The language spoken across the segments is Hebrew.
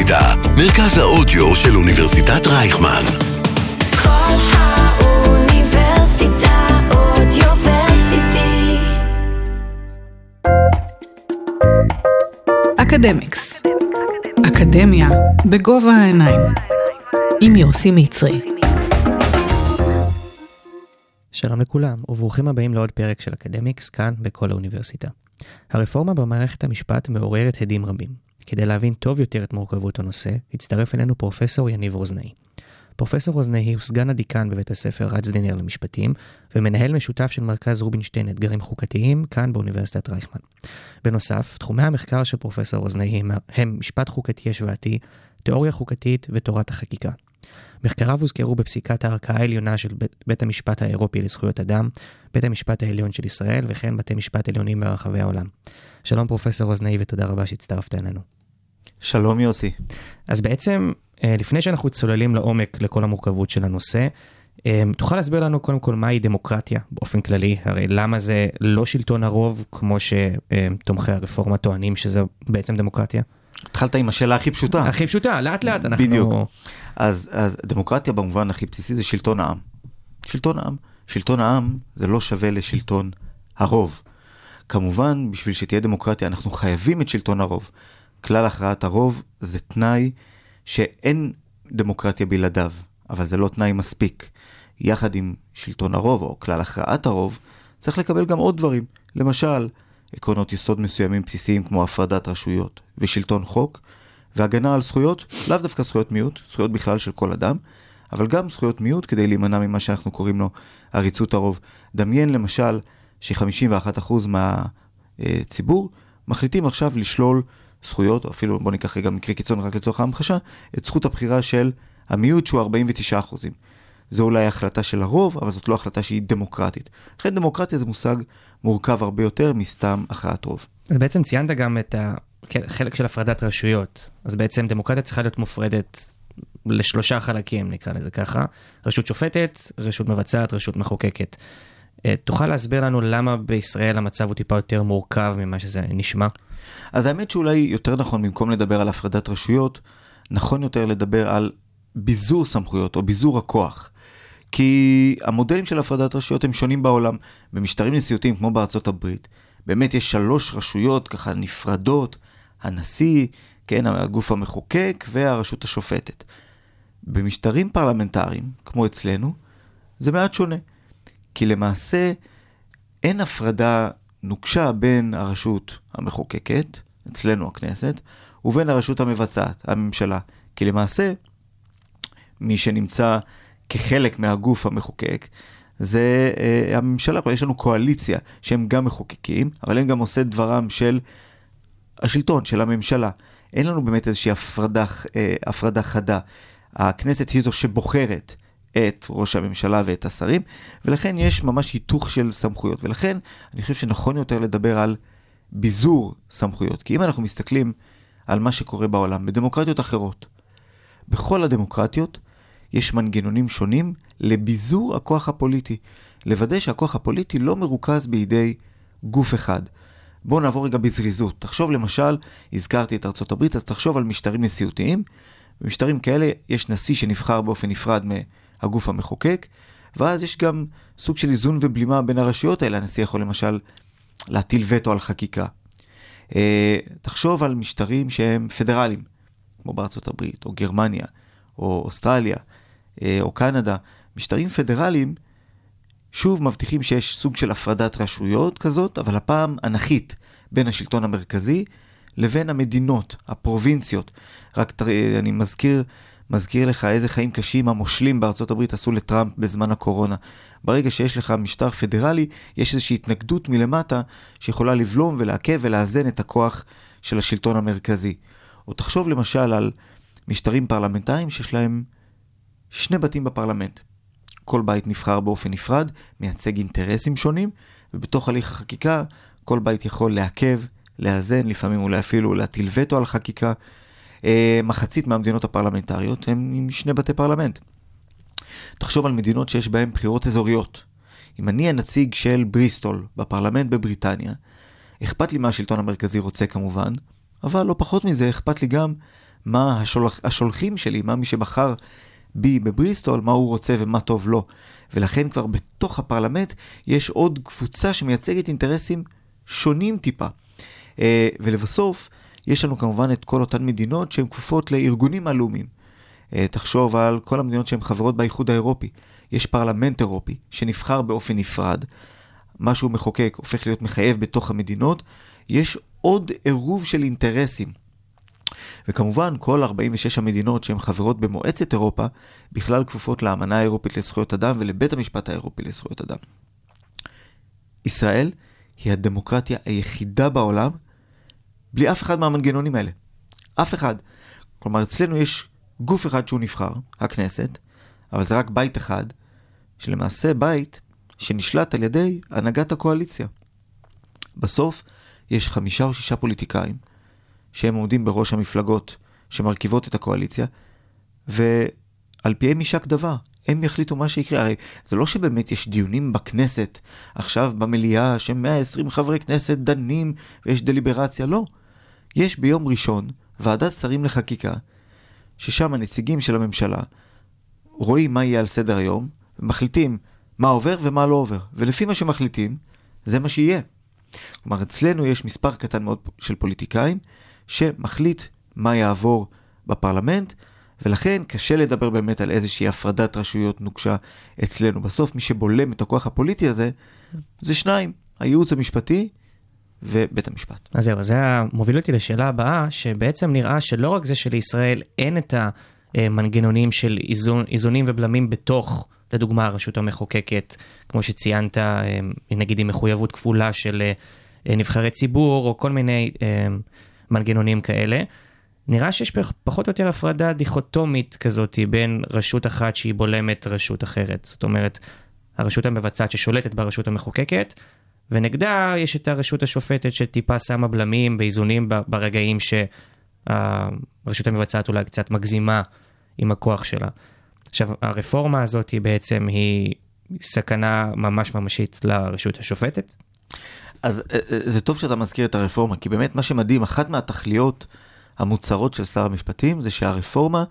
האוניברסיטה, מרכז האודיו של אוניברסיטת רייכמן. כל האוניברסיטה אודיוורסיטי. אקדמיקס. אקדמיה בגובה העיניים. עם יוסי מצרי. שלום לכולם, וברוכים הבאים לעוד פרק של אקדמיקס כאן בכל האוניברסיטה. הרפורמה במערכת המשפט מעוררת הדים רבים. כדי להבין טוב יותר את מורכבות הנושא, הצטרף אלינו פרופסור יניב רוזנאי. פרופסור רוזנאי הוא סגן הדיקן בבית הספר רצדינר למשפטים, ומנהל משותף של מרכז רובינשטיין אתגרים חוקתיים כאן באוניברסיטת רייכמן. בנוסף, תחומי המחקר של פרופסור רוזנאי הם משפט חוקתי השוואתי, תיאוריה חוקתית ותורת החקיקה. מחקריו הוזכרו בפסיקת הערכאה העליונה של בית המשפט האירופי לזכויות אדם, בית המשפט העליון של ישראל וכן בתי משפט עליונים ברחבי העולם. שלום פרופסור רוזנאי ותודה רבה שהצטרפת אלינו. שלום יוסי. אז בעצם לפני שאנחנו צוללים לעומק לכל המורכבות של הנושא, תוכל להסביר לנו קודם כל מהי דמוקרטיה באופן כללי, הרי למה זה לא שלטון הרוב כמו שתומכי הרפורמה טוענים שזה בעצם דמוקרטיה? התחלת עם השאלה הכי פשוטה. הכי פשוטה, לאט לאט אנחנו... בדיוק. אז דמוקרטיה במובן הכי בסיסי זה שלטון העם. שלטון העם. שלטון העם זה לא שווה לשלטון הרוב. כמובן, בשביל שתהיה דמוקרטיה אנחנו חייבים את שלטון הרוב. כלל הכרעת הרוב זה תנאי שאין דמוקרטיה בלעדיו, אבל זה לא תנאי מספיק. יחד עם שלטון הרוב או כלל הכרעת הרוב, צריך לקבל גם עוד דברים. למשל, עקרונות יסוד מסוימים בסיסיים כמו הפרדת רשויות ושלטון חוק, והגנה על זכויות, לאו דווקא זכויות מיעוט, זכויות בכלל של כל אדם, אבל גם זכויות מיעוט כדי להימנע ממה שאנחנו קוראים לו עריצות הרוב. דמיין למשל ש51% מהציבור מחליטים עכשיו לשלול זכויות, או אפילו בוא ניקח רגע מקרה קיצון רק לצורך ההמחשה, את זכות הבחירה של המיעוט שהוא 49%. זו אולי החלטה של הרוב, אבל זאת לא החלטה שהיא דמוקרטית. לכן דמוקרטיה זה מושג מורכב הרבה יותר מסתם הכרעת רוב. אז בעצם ציינת גם את החלק של הפרדת רשויות. אז בעצם דמוקרטיה צריכה להיות מופרדת לשלושה חלקים, נקרא לזה ככה. רשות שופטת, רשות מבצעת, רשות מחוקקת. תוכל להסביר לנו למה בישראל המצב הוא טיפה יותר מורכב ממה שזה נשמע? אז האמת שאולי יותר נכון, במקום לדבר על הפרדת רשויות, נכון יותר לדבר על ביזור סמכויות או ביזור הכוח. כי המודלים של הפרדת רשויות הם שונים בעולם. במשטרים נשיאותיים כמו בארצות הברית, באמת יש 3 רשויות ככה נפרדות, הנשיא, כן, הגוף המחוקק והרשות השופטת. במשטרים פרלמנטריים, כמו אצלנו, זה מעט שונה. כי למעשה אין הפרדה נוקשה בין הרשות המחוקקת, אצלנו הכנסת, ובין הרשות המבצעת, הממשלה. כי למעשה, מי שנמצא כחלק מהגוף המחוקק, זה הממשלה. יש לנו קואליציה שהם גם מחוקקים, אבל הם גם עושה דברם של השלטון, של הממשלה. אין לנו באמת איזושהי הפרדה חדה. הכנסת היא זו שבוחרת את ראש הממשלה ואת השרים, ולכן יש ממש היתוך של סמכויות. ולכן אני חושב שנכון יותר לדבר על ביזור סמכויות. כי אם אנחנו מסתכלים על מה שקורה בעולם, בדמוקרטיות אחרות, בכל הדמוקרטיות יש מנגנונים שונים לביזור הכוח הפוליטי. לוודא שהכוח הפוליטי לא מרוכז בידי גוף אחד. בואו נעבור רגע בזריזות. תחשוב למשל, הזכרתי את ארצות הברית, אז תחשוב על משטרים נשיאותיים. במשטרים כאלה יש נשיא שנבחר באופן נפרד מהגוף המחוקק, ואז יש גם סוג של איזון ובלימה בין הרשויות האלה. הנשיא יכול למשל להטיל וטו על חקיקה. תחשוב על משטרים שהם פדרליים, כמו בארצות הברית, או גרמניה, או אוסטרליה, או קנדה. משטרים פדרליים שוב מבטיחים שיש סוג של הפרדת רשויות כזאת, אבל הפעם אנכית בין השלטון המרכזי לבין המדינות, הפרובינציות. רק אני מזכיר לך איזה חיים קשים המושלים בארצות הברית עשו לטראמפ בזמן הקורונה. ברגע שיש לך משטר פדרלי, יש איזושהי התנגדות מלמטה שיכולה לבלום ולעכב ולאזן את הכוח של השלטון המרכזי. או תחשוב למשל על משטרים פרלמנטריים שיש להם 2 בתים בפרלמנט. כל בית נבחר באופן נפרד, מייצג אינטרסים שונים, ובתוך הליך החקיקה כל בית יכול לעכב, לאזן, לפעמים אולי אפילו להטיל וטו על חקיקה. מחצית מהמדינות הפרלמנטריות הם עם 2 בתי פרלמנט. תחשוב על מדינות שיש בהן בחירות אזוריות. אם אני הנציג של בריסטול בפרלמנט בבריטניה, אכפת לי מה השלטון המרכזי רוצה כמובן, אבל לא פחות מזה אכפת לי גם מה השולחים שלי, מה מי שבחר בי בבריסטול, מה הוא רוצה ומה טוב לו. ולכן כבר בתוך הפרלמנט יש עוד קבוצה שמייצגת אינטרסים שונים טיפה. ולבסוף, יש לנו כמובן את כל אותן מדינות שהן כפופות לארגונים הלאומיים. תחשוב על כל המדינות שהן חברות באיחוד האירופי. יש פרלמנט אירופי שנבחר באופן נפרד. מה שהוא מחוקק הופך להיות מחייב בתוך המדינות. יש עוד עירוב של אינטרסים. וכמובן, כל 46 המדינות שהן חברות במועצת אירופה, בכלל כפופות לאמנה האירופית לזכויות אדם ולבית המשפט האירופי לזכויות אדם. ישראל היא הדמוקרטיה היחידה בעולם, בלי אף אחד מהמנגנונים האלה. אף אחד. כלומר, אצלנו יש גוף אחד שהוא נבחר, הכנסת, אבל זה רק בית אחד, שלמעשה בית שנשלט על ידי הנהגת הקואליציה. בסוף יש 5 או 6 פוליטיקאים, שהם עומדים בראש המפלגות שמרכיבות את הקואליציה, ועל פיהם יישק דבר. הם יחליטו מה שיקרה. הרי זה לא שבאמת יש דיונים בכנסת, עכשיו במליאה, ש120 חברי כנסת דנים ויש דליברציה. לא. יש ביום ראשון ועדת שרים לחקיקה, ששם הנציגים של הממשלה רואים מה יהיה על סדר היום, ומחליטים מה עובר ומה לא עובר. ולפי מה שמחליטים, זה מה שיהיה. כלומר, אצלנו יש מספר קטן מאוד של פוליטיקאים, שמחליט מה יעבור בפרלמנט, ולכן קשה לדבר באמת על איזושהי הפרדת רשויות נוקשה אצלנו. בסוף מי שבולם את הכוח הפוליטי הזה, זה 2, הייעוץ המשפטי ובית המשפט. אז זהו, זה מוביל אותי לשאלה הבאה, שבעצם נראה שלא רק זה שלישראל אין את המנגנונים של איזונים ובלמים בתוך, לדוגמה, הרשות המחוקקת, כמו שציינת, נגיד עם מחויבות כפולה של נבחרי ציבור, או כל מיני מנגנונים כאלה. נראה שיש פחות או יותר הפרדה דיכוטומית כזאת בין רשות אחת שהיא בולמת רשות אחרת. זאת אומרת, הרשות המבצעת ששולטת ברשות המחוקקת, ונגדה יש את הרשות השופטת שטיפה שמה בלמים ואיזונים ברגעים שהרשות המבצעת אולי קצת מגזימה עם הכוח שלה. עכשיו, הרפורמה הזאת היא בעצם היא סכנה ממש ממשית לרשות השופטת. אז זה טוב שאתה מזכיר את הרפורמה, כי באמת מה שמדהים, אחת מהתכליות המוצרות של שר המשפטים, זה שהרפורמה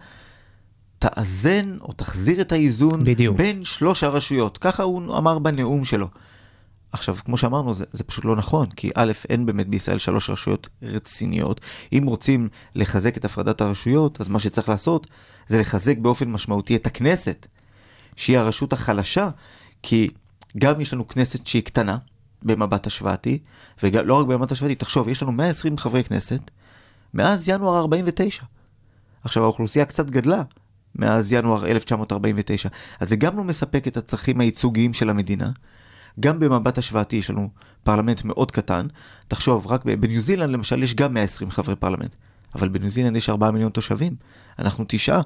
תאזן או תחזיר את האיזון בדיוק. בין 3 הרשויות. ככה הוא אמר בנאום שלו. עכשיו, כמו שאמרנו, זה פשוט לא נכון, כי א', אין באמת בישראל 3 רשויות רציניות. אם רוצים לחזק את הפרדת הרשויות, אז מה שצריך לעשות זה לחזק באופן משמעותי את הכנסת, שהיא הרשות החלשה, כי גם יש לנו כנסת שהיא קטנה, במבט השוואתי, ולא רק במבט השוואתי, תחשוב, יש לנו 120 חברי כנסת, מאז ינואר 49. עכשיו, האוכלוסייה קצת גדלה, מאז ינואר 1949, אז זה גם לא מספק את הצרכים הייצוגיים של המדינה, גם במבט השוואתי יש לנו פרלמנט מאוד קטן, תחשוב, רק בניו זילנד למשל יש גם 120 חברי פרלמנט, אבל בניו זילנד יש 4 מיליון תושבים, אנחנו 9,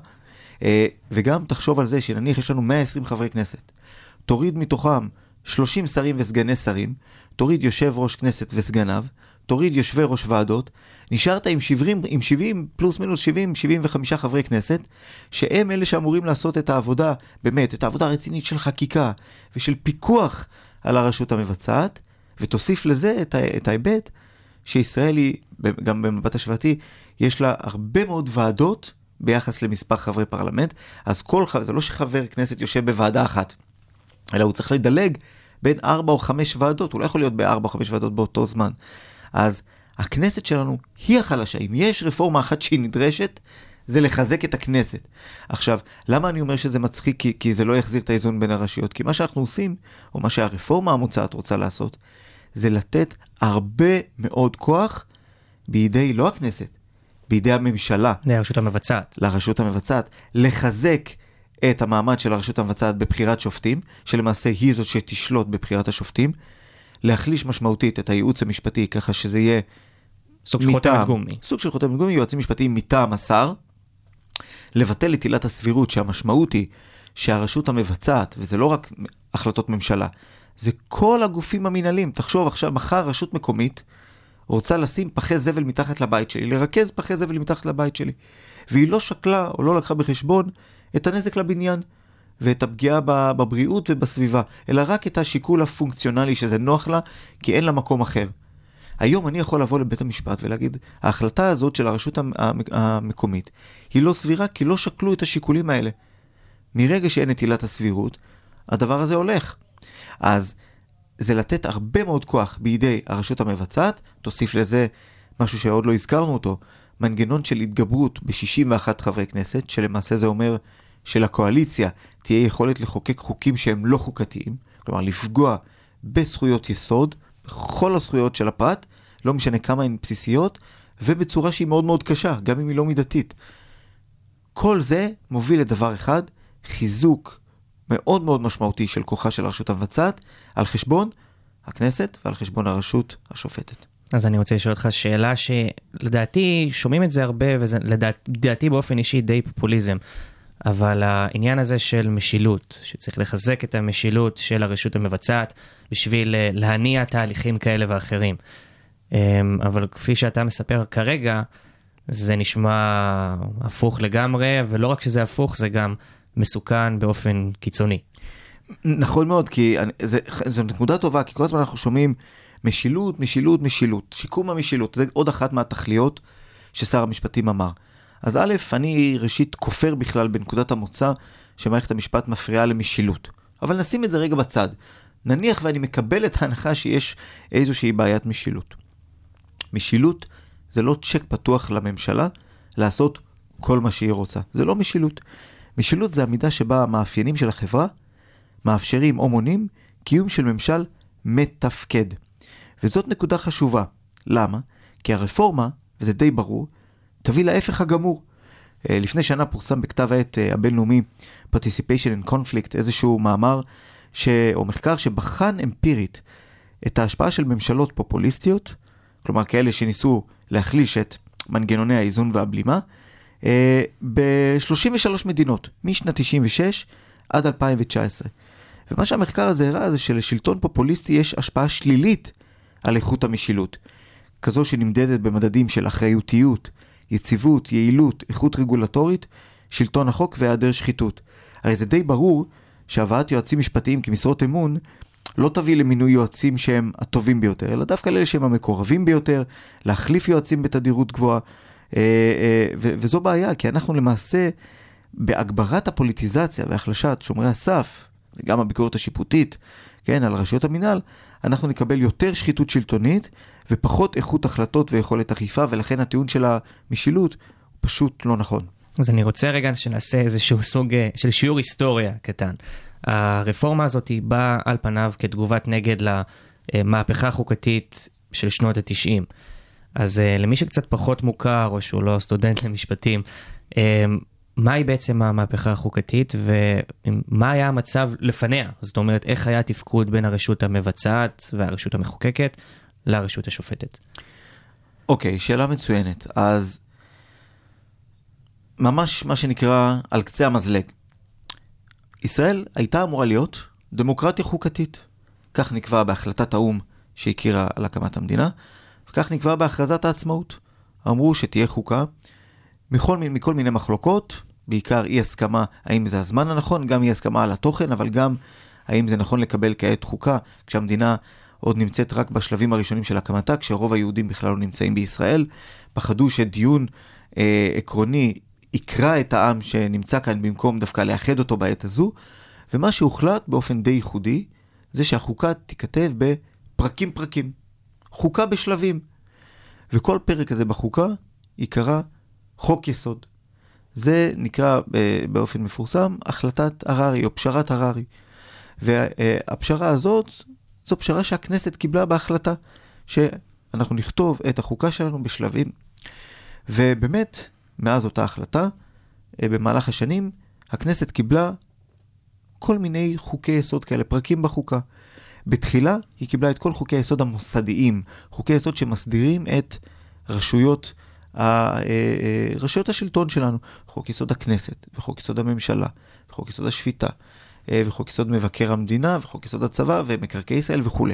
וגם תחשוב על זה שנניח יש לנו 120 חברי כנסת, תוריד מתוכם 30 שרים וסגני שרים, תוריד יושב ראש כנסת וסגניו, תוריד יושבי ראש ועדות, נשארת עם 70 פלוס מינוס 75 חברי כנסת, שהם אלה שאמורים לעשות את העבודה, באמת, את העבודה הרצינית של חקיקה ושל פיקוח על הרשות המבצעת, ותוסיף לזה את ההיבט שישראל היא, גם במבט השוואתי, יש לה הרבה מאוד ועדות ביחס למספר חברי פרלמנט, אז זה לא שחבר כנסת יושב בוועדה אחת, אלא הוא צריך לדלג בין 4 או 5 ועדות, הוא לא יכול להיות ב4 או 5 ועדות באותו זמן. אז הכנסת שלנו היא החלשה. אם יש רפורמה אחת שהיא נדרשת, זה לחזק את הכנסת. עכשיו, למה אני אומר שזה מצחיק? כי זה לא יחזיר את האיזון בין הרשויות. כי מה שאנחנו עושים, או מה שהרפורמה המוצעת רוצה לעשות, זה לתת הרבה מאוד כוח בידי, לא הכנסת, בידי הממשלה. לרשות המבצעת. לרשות המבצעת. לחזק את המעמד של הרשות המבצעת בבחירת שופטים, שלמעשה היא זאת שתשלוט בבחירת השופטים, להחליש משמעותית את הייעוץ המשפטי, ככה שזה יהיה סוג של חותמת גומי. סוג של חותמת גומי, יועצים משפטיים מטעם השר, לבטל את עילת הסבירות, שהמשמעות היא שהרשות המבצעת, וזה לא רק החלטות ממשלה, זה כל הגופים המנהלים. תחשוב עכשיו, מחר רשות מקומית רוצה לשים פחי זבל מתחת לבית שלי, לרכז פחי זבל מתחת לבית שלי, והיא לא שקלה או לא לקחה בחשבון את הנזק לבניין, ואת הפגיעה בבריאות ובסביבה, אלא רק את השיקול הפונקציונלי שזה נוח לה, כי אין לה מקום אחר. היום אני יכול לבוא לבית המשפט ולהגיד, ההחלטה הזאת של הרשות המקומית היא לא סבירה, כי לא שקלו את השיקולים האלה. מרגע שאין נטילת הסבירות, הדבר הזה הולך. אז זה לתת הרבה מאוד כוח בידי הרשות המבצעת, תוסיף לזה משהו שעוד לא הזכרנו אותו, מנגנון של התגברות ב-61 חברי כנסת, שלמעשה זה אומר שלקואליציה תהיה יכולת לחוקק חוקים שהם לא חוקתיים, כלומר לפגוע בזכויות יסוד, בכל הזכויות של הפרט, לא משנה כמה הן בסיסיות, ובצורה שהיא מאוד מאוד קשה, גם אם היא לא מידתית. כל זה מוביל לדבר אחד, חיזוק מאוד מאוד משמעותי של כוחה של הרשות המבצעת, על חשבון הכנסת ועל חשבון הרשות השופטת. אז אני רוצה לשאול אותך שאלה שלדעתי שומעים את זה הרבה, ולדעתי באופן אישי די פופוליזם, אבל העניין הזה של משילות, שצריך לחזק את המשילות של הרשות המבצעת, בשביל להניע תהליכים כאלה ואחרים. אבל כפי שאתה מספר כרגע, זה נשמע הפוך לגמרי, ולא רק שזה הפוך, זה גם מסוכן באופן קיצוני. נכון מאוד, כי זו נקודה טובה, כי כל הזמן אנחנו שומעים משילות, משילות, משילות. שיקום המשילות, זה עוד אחת מהתכליות ששר המשפטים אמר. אז א', אני ראשית כופר בכלל בנקודת המוצא שמערכת המשפט מפריעה למשילות. אבל נשים את זה רגע בצד. נניח ואני מקבל את ההנחה שיש איזושהי בעיית משילות. משילות זה לא צ'ק פתוח לממשלה לעשות כל מה שהיא רוצה. זה לא משילות. משילות זה המידה שבה המאפיינים של החברה מאפשרים או מונים קיום של ממשל מתפקד. וזאת נקודה חשובה. למה? כי הרפורמה, וזה די ברור, תביא להפך הגמור. לפני שנה פורסם בכתב העת הבינלאומי Participation in Conflict, איזשהו מאמר או מחקר שבחן אמפירית את ההשפעה של ממשלות פופוליסטיות, כלומר כאלה שניסו להחליש את מנגנוני האיזון והבלימה, ב-33 מדינות, משנת 96 עד 2019. ומה שהמחקר הזה הראה זה שלשלטון פופוליסטי יש השפעה שלילית על איכות המשילות, כזו שנמדדת במדדים של אחריותיות, יציבות, יעילות, איכות רגולטורית, שלטון החוק והיעדר שחיתות. הרי זה די ברור שהבאת יועצים משפטיים כמשרות אמון לא תביא למינוי יועצים שהם הטובים ביותר, אלא דווקא לאלה שהם המקורבים ביותר, להחליף יועצים בתדירות גבוהה, וזו בעיה, כי אנחנו למעשה בהגברת הפוליטיזציה והחלשת שומרי הסף, וגם הביקורת השיפוטית, כן, על רשויות המינהל, אנחנו נקבל יותר שחיתות שלטונית, ופחות איכות החלטות ויכולת אכיפה, ולכן הטיעון של המשילות הוא פשוט לא נכון. אז אני רוצה רגע שנעשה איזשהו סוג של שיעור היסטוריה קטן. הרפורמה הזאת היא באה על פניו כתגובת נגד למהפכה החוקתית של שנות ה-90. אז למי שקצת פחות מוכר, או שהוא לא סטודנט למשפטים, מהי בעצם המהפכה החוקתית, ומה היה המצב לפניה? זאת אומרת, איך היה התפקוד בין הרשות המבצעת והרשות המחוקקת לרשות השופטת? אוקיי, שאלה מצוינת. אז ממש מה שנקרא על קצה המזלג. ישראל הייתה אמורה להיות דמוקרטיה חוקתית. כך נקבע בהחלטת האום שהכירה על הקמת המדינה, וכך נקבע בהכרזת העצמאות. אמרו שתהיה חוקה מכל מיני מחלוקות, בעיקר אי הסכמה האם זה הזמן הנכון, גם אי הסכמה על התוכן, אבל גם האם זה נכון לקבל כעת חוקה, כשהמדינה עוד נמצאת רק בשלבים הראשונים של הקמתה, כשרוב היהודים בכלל לא נמצאים בישראל. פחדו שדיון עקרוני יקרא את העם שנמצא כאן במקום דווקא לאחד אותו בעת הזו, ומה שהוחלט באופן די ייחודי, זה שהחוקה תיכתב בפרקים פרקים. חוקה בשלבים. וכל פרק הזה בחוקה יקרא חוק יסוד. זה נקרא באופן מפורסם החלטת הררי או פשרת הררי. והפשרה הזאת זו פשרה שהכנסת קיבלה בהחלטה שאנחנו נכתוב את החוקה שלנו בשלבים. ובאמת מאז אותה החלטה במהלך השנים הכנסת קיבלה כל מיני חוקי יסוד כאלה, פרקים בחוקה. בתחילה היא קיבלה את כל חוקי היסוד המוסדיים, חוקי יסוד שמסדירים את רשויות השלטון שלנו, חוק יסוד הכנסת, וחוק יסוד הממשלה, וחוק יסוד השפיטה, וחוק יסוד מבקר המדינה, וחוק יסוד הצבא, ומקרקעי ישראל וכו'.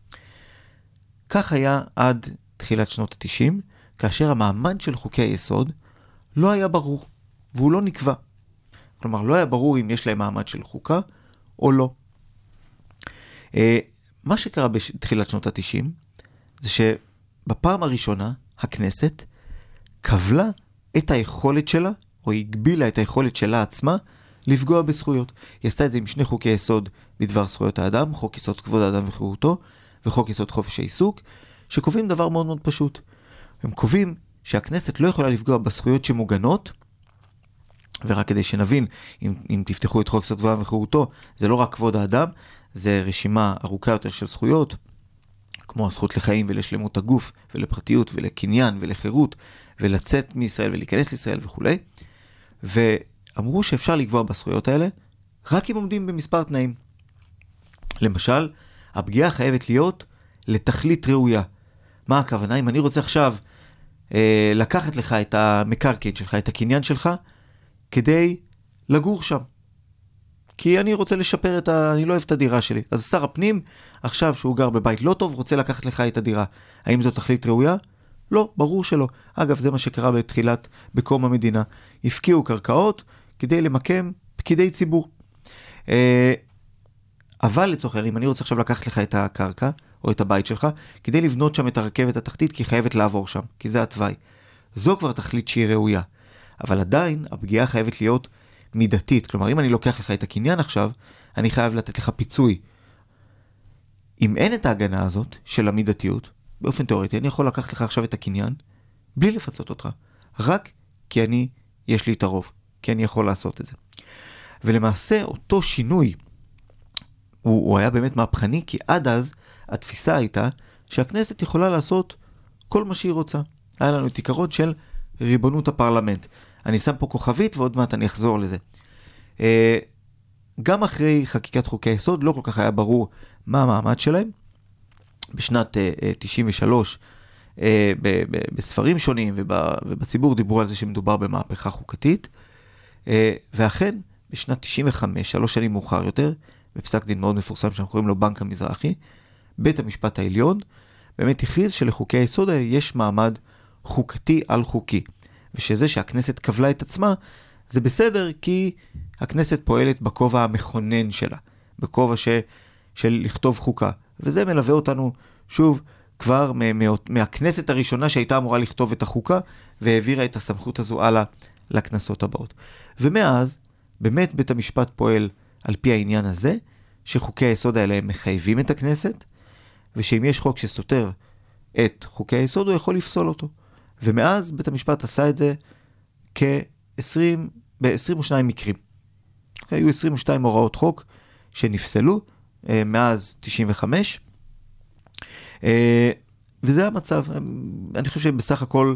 כך היה עד תחילת שנות ה-90, כאשר המעמד של חוקי היסוד לא היה ברור, והוא לא נקבע. כלומר, לא היה ברור אם יש להם מעמד של חוקה או לא. מה שקרה בתחילת שנות ה-90, זה בפעם הראשונה הכנסת קבלה את היכולת שלה, או הגבילה את היכולת שלה עצמה, לפגוע בזכויות. היא עשתה את זה עם שני חוקי יסוד בדבר זכויות האדם, חוק יסוד כבוד האדם וחירותו, וחוק יסוד חופש העיסוק, שקובעים דבר מאוד מאוד פשוט. הם קובעים שהכנסת לא יכולה לפגוע בזכויות שמוגנות, ורק כדי שנבין, אם תפתחו את חוק יסוד כבוד האדם וחירותו, זה לא רק כבוד האדם, זה רשימה ארוכה יותר של זכויות, כמו הזכות לחיים ולשלמות הגוף, ולפרטיות ולקניין ולחירות, ולצאת מישראל ולהיכנס לישראל וכו'. ואמרו שאפשר לקבוע בזכויות האלה, רק אם עומדים במספר תנאים. למשל, הפגיעה חייבת להיות לתכלית ראויה. מה הכוונה? אם אני רוצה עכשיו לקחת לך את המקרקעין שלך, את הקניין שלך, כדי לגור שם. כי אני רוצה לשפר אני לא אוהב את הדירה שלי. אז שר הפנים, עכשיו שהוא גר בבית לא טוב, רוצה לקחת לך את הדירה. האם זו תכלית ראויה? לא, ברור שלא. אגב, זה מה שקרה בקום המדינה. הפקיעו קרקעות כדי למקם פקידי ציבור. אבל לצורך העניין, אם אני רוצה עכשיו לקחת לך את הקרקע, או את הבית שלך, כדי לבנות שם את הרכבת התחתית, כי היא חייבת לעבור שם, כי זה התוואי. זו כבר תכלית שהיא ראויה. אבל עדיין, הפגיעה חייבת להיות מידתית. כלומר, אם אני לוקח לך את הקניין עכשיו, אני חייב לתת לך פיצוי. אם אין את ההגנה הזאת של המידתיות, באופן תיאורטי, אני יכול לקחת לך עכשיו את הקניין, בלי לפצות אותך. רק כי יש לי את הרוב. כי אני יכול לעשות את זה. ולמעשה, אותו שינוי, הוא היה באמת מהפכני, כי עד אז התפיסה הייתה שהכנסת יכולה לעשות כל מה שהיא רוצה. היה לנו את עיקרון של ריבונות הפרלמנט. אני שם פה כוכבית ועוד מעט אני אחזור לזה. גם אחרי חקיקת חוקי היסוד לא כל כך היה ברור מה המעמד שלהם. בשנת 93 בספרים שונים ובציבור דיברו על זה שמדובר במהפכה חוקתית. ואכן בשנת 95, 3 שנים מאוחר יותר, בפסק דין מאוד מפורסם שאנחנו קוראים לו בנק המזרחי, בית המשפט העליון באמת הכריז שלחוקי היסוד האלה יש מעמד חוקתי על חוקי. ושזה שהכנסת קבלה את עצמה, זה בסדר כי הכנסת פועלת בכובע המכונן שלה, בכובע של לכתוב חוקה. וזה מלווה אותנו שוב כבר מהכנסת הראשונה שהייתה אמורה לכתוב את החוקה, והעבירה את הסמכות הזו הלאה לכנסות הבאות. ומאז באמת בית המשפט פועל על פי העניין הזה, שחוקי היסוד האלה הם מחייבים את הכנסת, ושאם יש חוק שסותר את חוקי היסוד, הוא יכול לפסול אותו. ומאז בית המשפט עשה את זה ב-22 מקרים. היו 22 הוראות חוק שנפסלו מאז 95, וזה המצב. אני חושב שבסך הכל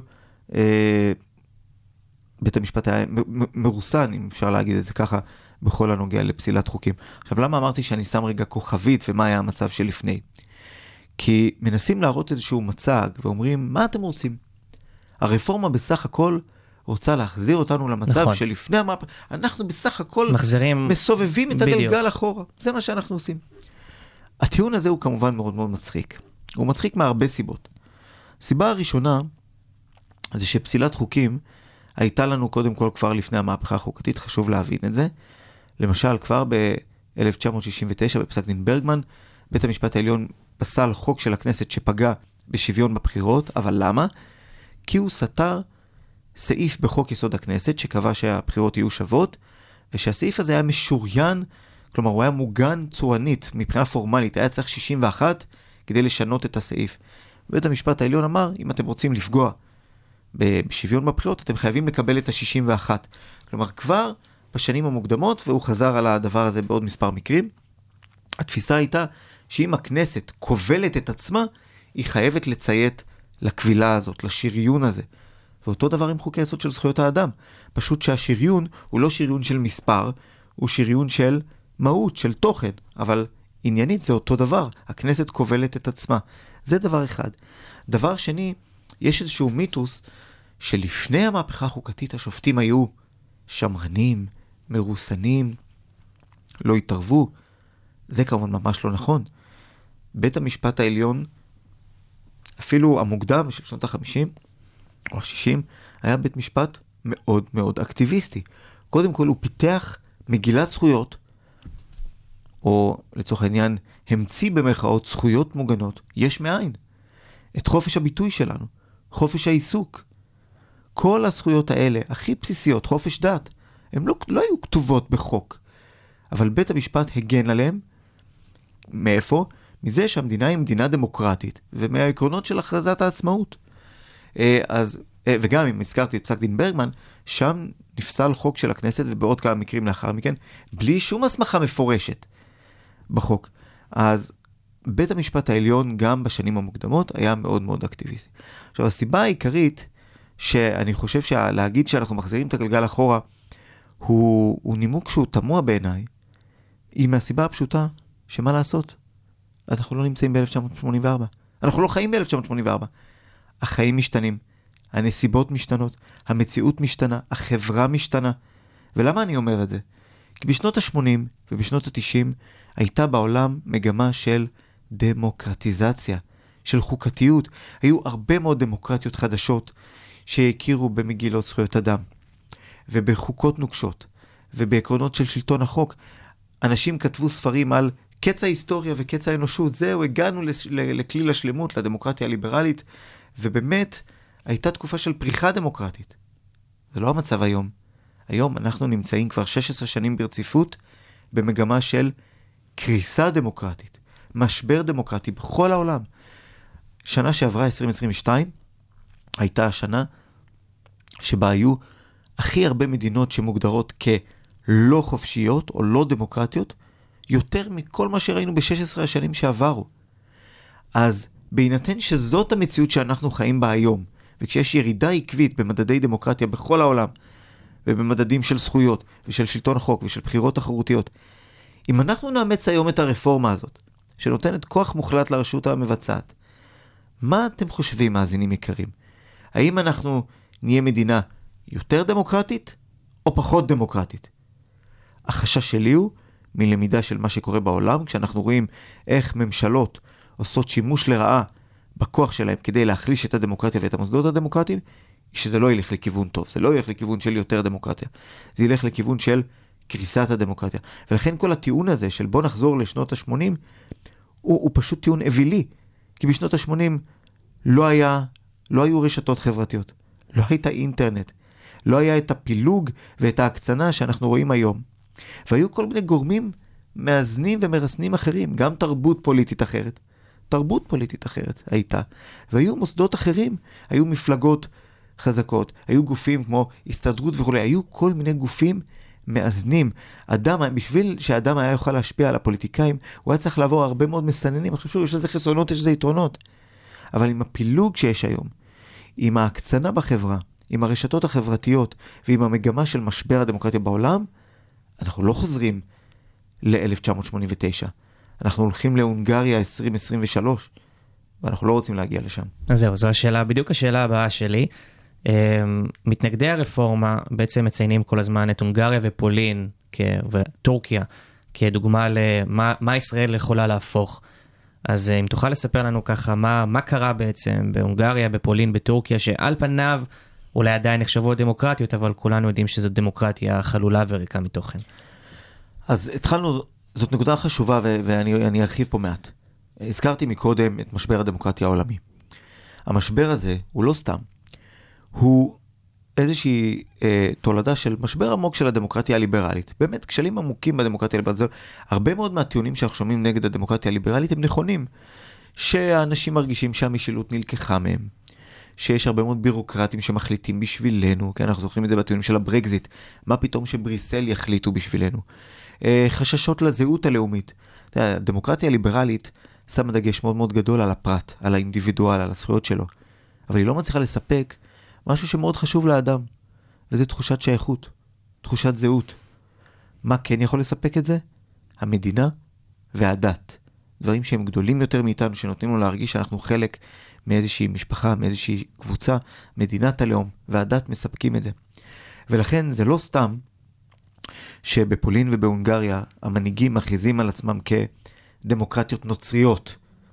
בית המשפט היה מרוסן, אם אפשר להגיד את זה ככה, בכל הנוגע לפסילת חוקים. עכשיו, למה אמרתי שאני שם רגע כוכבית ומה היה המצב שלפני? כי מנסים להראות איזשהו מצג ואומרים, מה אתם רוצים? הרפורמה בסך הכל רוצה להחזיר אותנו למצב נכון. שלפני המהפכה, אנחנו בסך הכל מסובבים את הגלגל אחורה. זה מה שאנחנו עושים. הטיעון הזה הוא כמובן מאוד מאוד מצחיק. הוא מצחיק מהרבה סיבות. הסיבה הראשונה זה שפסילת חוקים הייתה לנו קודם כל כבר לפני המהפכה החוקתית, חשוב להבין את זה. למשל, כבר ב-1969 בפסק דין ברגמן, בית המשפט העליון פסל חוק של הכנסת שפגע בשוויון בבחירות, אבל למה? כי הוא סתר סעיף בחוק יסוד הכנסת שקבע שהבחירות יהיו שוות, ושהסעיף הזה היה משוריין, כלומר הוא היה מוגן צורנית מבחינה פורמלית, היה צריך 61 כדי לשנות את הסעיף. בית המשפט העליון אמר, אם אתם רוצים לפגוע בשוויון בבחירות, אתם חייבים לקבל את ה-61. כלומר כבר בשנים המוקדמות, והוא חזר על הדבר הזה בעוד מספר מקרים, התפיסה הייתה שאם הכנסת כובלת את עצמה, היא חייבת לציית לקבילה הזאת, לשריון הזה. ואותו דבר עם חוקי היסוד של זכויות האדם. פשוט שהשריון הוא לא שריון של מספר, הוא שריון של מהות, של תוכן. אבל עניינית זה אותו דבר. הכנסת כובלת את עצמה. זה דבר אחד. דבר שני, יש איזשהו מיתוס שלפני המהפכה החוקתית השופטים היו שמרנים, מרוסנים, לא התערבו. זה כמובן ממש לא נכון. בית המשפט העליון, אפילו המוקדם של שנות ה-50 או ה-60, היה בית משפט מאוד מאוד אקטיביסטי. קודם כל הוא פיתח מגילת זכויות, או לצורך העניין המציא במרכאות זכויות מוגנות, יש מאין. את חופש הביטוי שלנו, חופש העיסוק. כל הזכויות האלה, הכי בסיסיות, חופש דת, הן לא היו כתובות בחוק. אבל בית המשפט הגן עליהם. מאיפה? מזה שהמדינה היא מדינה דמוקרטית, ומהעקרונות של הכרזת העצמאות. וגם אם הזכרתי את פסק דין ברגמן, שם נפסל חוק של הכנסת, ובעוד כמה מקרים לאחר מכן, בלי שום הסמכה מפורשת בחוק. אז בית המשפט העליון, גם בשנים המוקדמות, היה מאוד מאוד אקטיביסטי. עכשיו, הסיבה העיקרית, שאני חושב להגיד שאנחנו מחזירים את הגלגל אחורה, הוא נימוק שהוא תמוה בעיניי, היא מהסיבה הפשוטה, שמה לעשות? אנחנו לא נמצאים ב-1984. אנחנו לא חיים ב-1984. החיים משתנים, הנסיבות משתנות, המציאות משתנה, החברה משתנה. ולמה אני אומר את זה? כי בשנות ה-80 ובשנות ה-90 הייתה בעולם מגמה של דמוקרטיזציה, של חוקתיות. היו הרבה מאוד דמוקרטיות חדשות שהכירו במגילות זכויות אדם, ובחוקות נוקשות, ובעקרונות של שלטון החוק. אנשים כתבו ספרים על קץ ההיסטוריה וקץ האנושות. זהו, הגענו לכליל השלמות, לדמוקרטיה הליברלית, ובאמת הייתה תקופה של פריחה דמוקרטית. זה לא המצב היום. היום אנחנו נמצאים כבר 16 שנים ברציפות במגמה של קריסה דמוקרטית, משבר דמוקרטי בכל העולם. שנה שעברה, 2022, הייתה השנה שבה היו הכי הרבה מדינות שמוגדרות כלא חופשיות או לא דמוקרטיות, יותר מכל מה שראינו ב-16 השנים שעברו. אז בהינתן שזאת המציאות שאנחנו חיים בה היום, וכשיש ירידה עקבית במדדי דמוקרטיה בכל העולם, ובמדדים של זכויות ושל שלטון החוק ושל בחירות תחרותיות, אם אנחנו נאמץ היום את הרפורמה הזאת, שנותנת כוח מוחלט לרשות המבצעת, מה אתם חושבים, מאזינים יקרים? האם אנחנו נהיה מדינה יותר דמוקרטית או פחות דמוקרטית? החשש שלי הוא מלמידה של מה שקורה בעולם, כשאנחנו רואים איך ממשלות עושות שימוש לרעה בכוח שלהם כדי להחליש את הדמוקרטיה ואת המוסדות הדמוקרטיים, שזה לא ילך לכיוון טוב, זה לא ילך לכיוון של יותר דמוקרטיה, זה ילך לכיוון של קריסת הדמוקרטיה. ולכן כל הטיעון הזה של בוא נחזור לשנות ה-80, הוא פשוט טיעון אווילי, כי בשנות ה-80 לא היו רשתות חברתיות, לא הייתה אינטרנט, לא היה את הפילוג ואת ההקצנה שאנחנו רואים היום. והיו כל מיני גורמים מאזנים ומרסנים אחרים, גם תרבות פוליטית אחרת הייתה. והיו מוסדות אחרים, היו מפלגות חזקות, היו גופים כמו הסתדרות וכו', היו כל מיני גופים מאזנים. בשביל שהאדם היה יוכל להשפיע על הפוליטיקאים, הוא היה צריך לעבור הרבה מאוד מסננים. אני חושב שיש לזה חסרונות, יש לזה יתרונות. אבל עם הפילוג שיש היום, עם ההקצנה בחברה, עם הרשתות החברתיות ועם המגמה של משבר הדמוקרטיה בעולם, אנחנו לא חוזרים ל-1989. אנחנו הולכים להונגריה 2023, ואנחנו לא רוצים להגיע לשם. אז זהו, זו השאלה, בדיוק השאלה הבאה שלי. מתנגדי הרפורמה בעצם מציינים כל הזמן את הונגריה ופולין וטורקיה כדוגמה למה ישראל יכולה להפוך. אז אם תוכל לספר לנו ככה, מה קרה בעצם בהונגריה, בפולין, בטורקיה, שעל פניו אולי עדיין נחשבות דמוקרטיות, אבל כולנו יודעים שזו דמוקרטיה חלולה וריקה מתוכן. אז התחלנו, זאת נקודה חשובה, ואני ארחיב פה מעט. הזכרתי מקודם את משבר הדמוקרטיה העולמי. המשבר הזה הוא לא סתם. הוא איזושהי תולדה של משבר עמוק של הדמוקרטיה הליברלית. באמת, כשלים עמוקים בדמוקרטיה הליברלית, הרבה מאוד מהטיעונים שאנחנו שומעים נגד הדמוקרטיה הליברלית הם נכונים. שהאנשים מרגישים שהמשילות נלקחה מהם. שיש הרבה מאוד בירוקרטים שמחליטים בשבילנו, כי אנחנו זוכרים את זה בטיעונים של הברקזיט. מה פתאום שבריסל יחליטו בשבילנו? חששות לזהות הלאומית. הדמוקרטיה הליברלית שמה דגש מאוד מאוד גדול על הפרט, על האינדיבידואל, על הזכויות שלו. אבל היא לא מצליחה לספק משהו שמאוד חשוב לאדם, וזה תחושת שייכות, תחושת זהות. מה כן יכול לספק את זה? המדינה והדת. דברים שהם גדולים יותר מאיתנו, שנותנים לנו להרגיש שאנחנו חלק מאיזושהי משפחה, מאיזושהי קבוצה, מדינת הלאום, והדת מספקים את זה. ולכן זה לא סתם שבפולין ובהונגריה המנהיגים מכריזים על עצמם כדמוקרטיות נוצריות,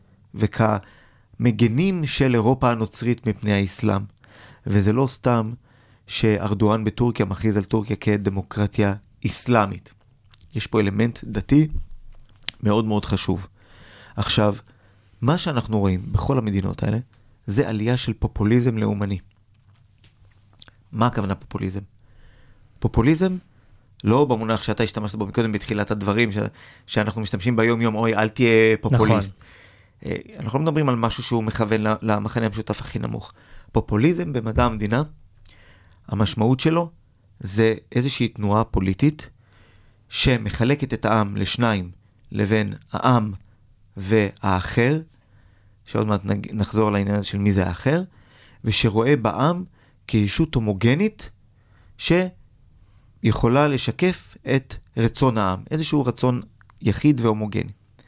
וכמגנים של אירופה הנוצרית מפני האסלאם. וזה לא סתם שארדואן בטורקיה מכריז על טורקיה כדמוקרטיה אסלאמית. יש פה אלמנט דתי מאוד מאוד חשוב. עכשיו, מה שאנחנו רואים בכל המדינות האלה, זה עלייה של פופוליזם לאומני. מה הכוונה פופוליזם? פופוליזם, לא במונח שאתה השתמשת בו מקודם בתחילת הדברים, שאנחנו משתמשים ביום יום, אוי, אל תהיה פופוליסט. נכון. אנחנו לא מדברים על משהו שהוא מכוון למחנה המשותף הכי נמוך. פופוליזם במדע המדינה, המשמעות שלו זה איזושהי תנועה פוליטית, שמחלקת את העם לשניים, לבין העם והאחר, שעוד מעט נחזור לעניין הזה של מי זה האחר, ושרואה בעם כישות הומוגנית, שיכולה לשקף את רצון העם, איזשהו רצון יחיד והומוגני.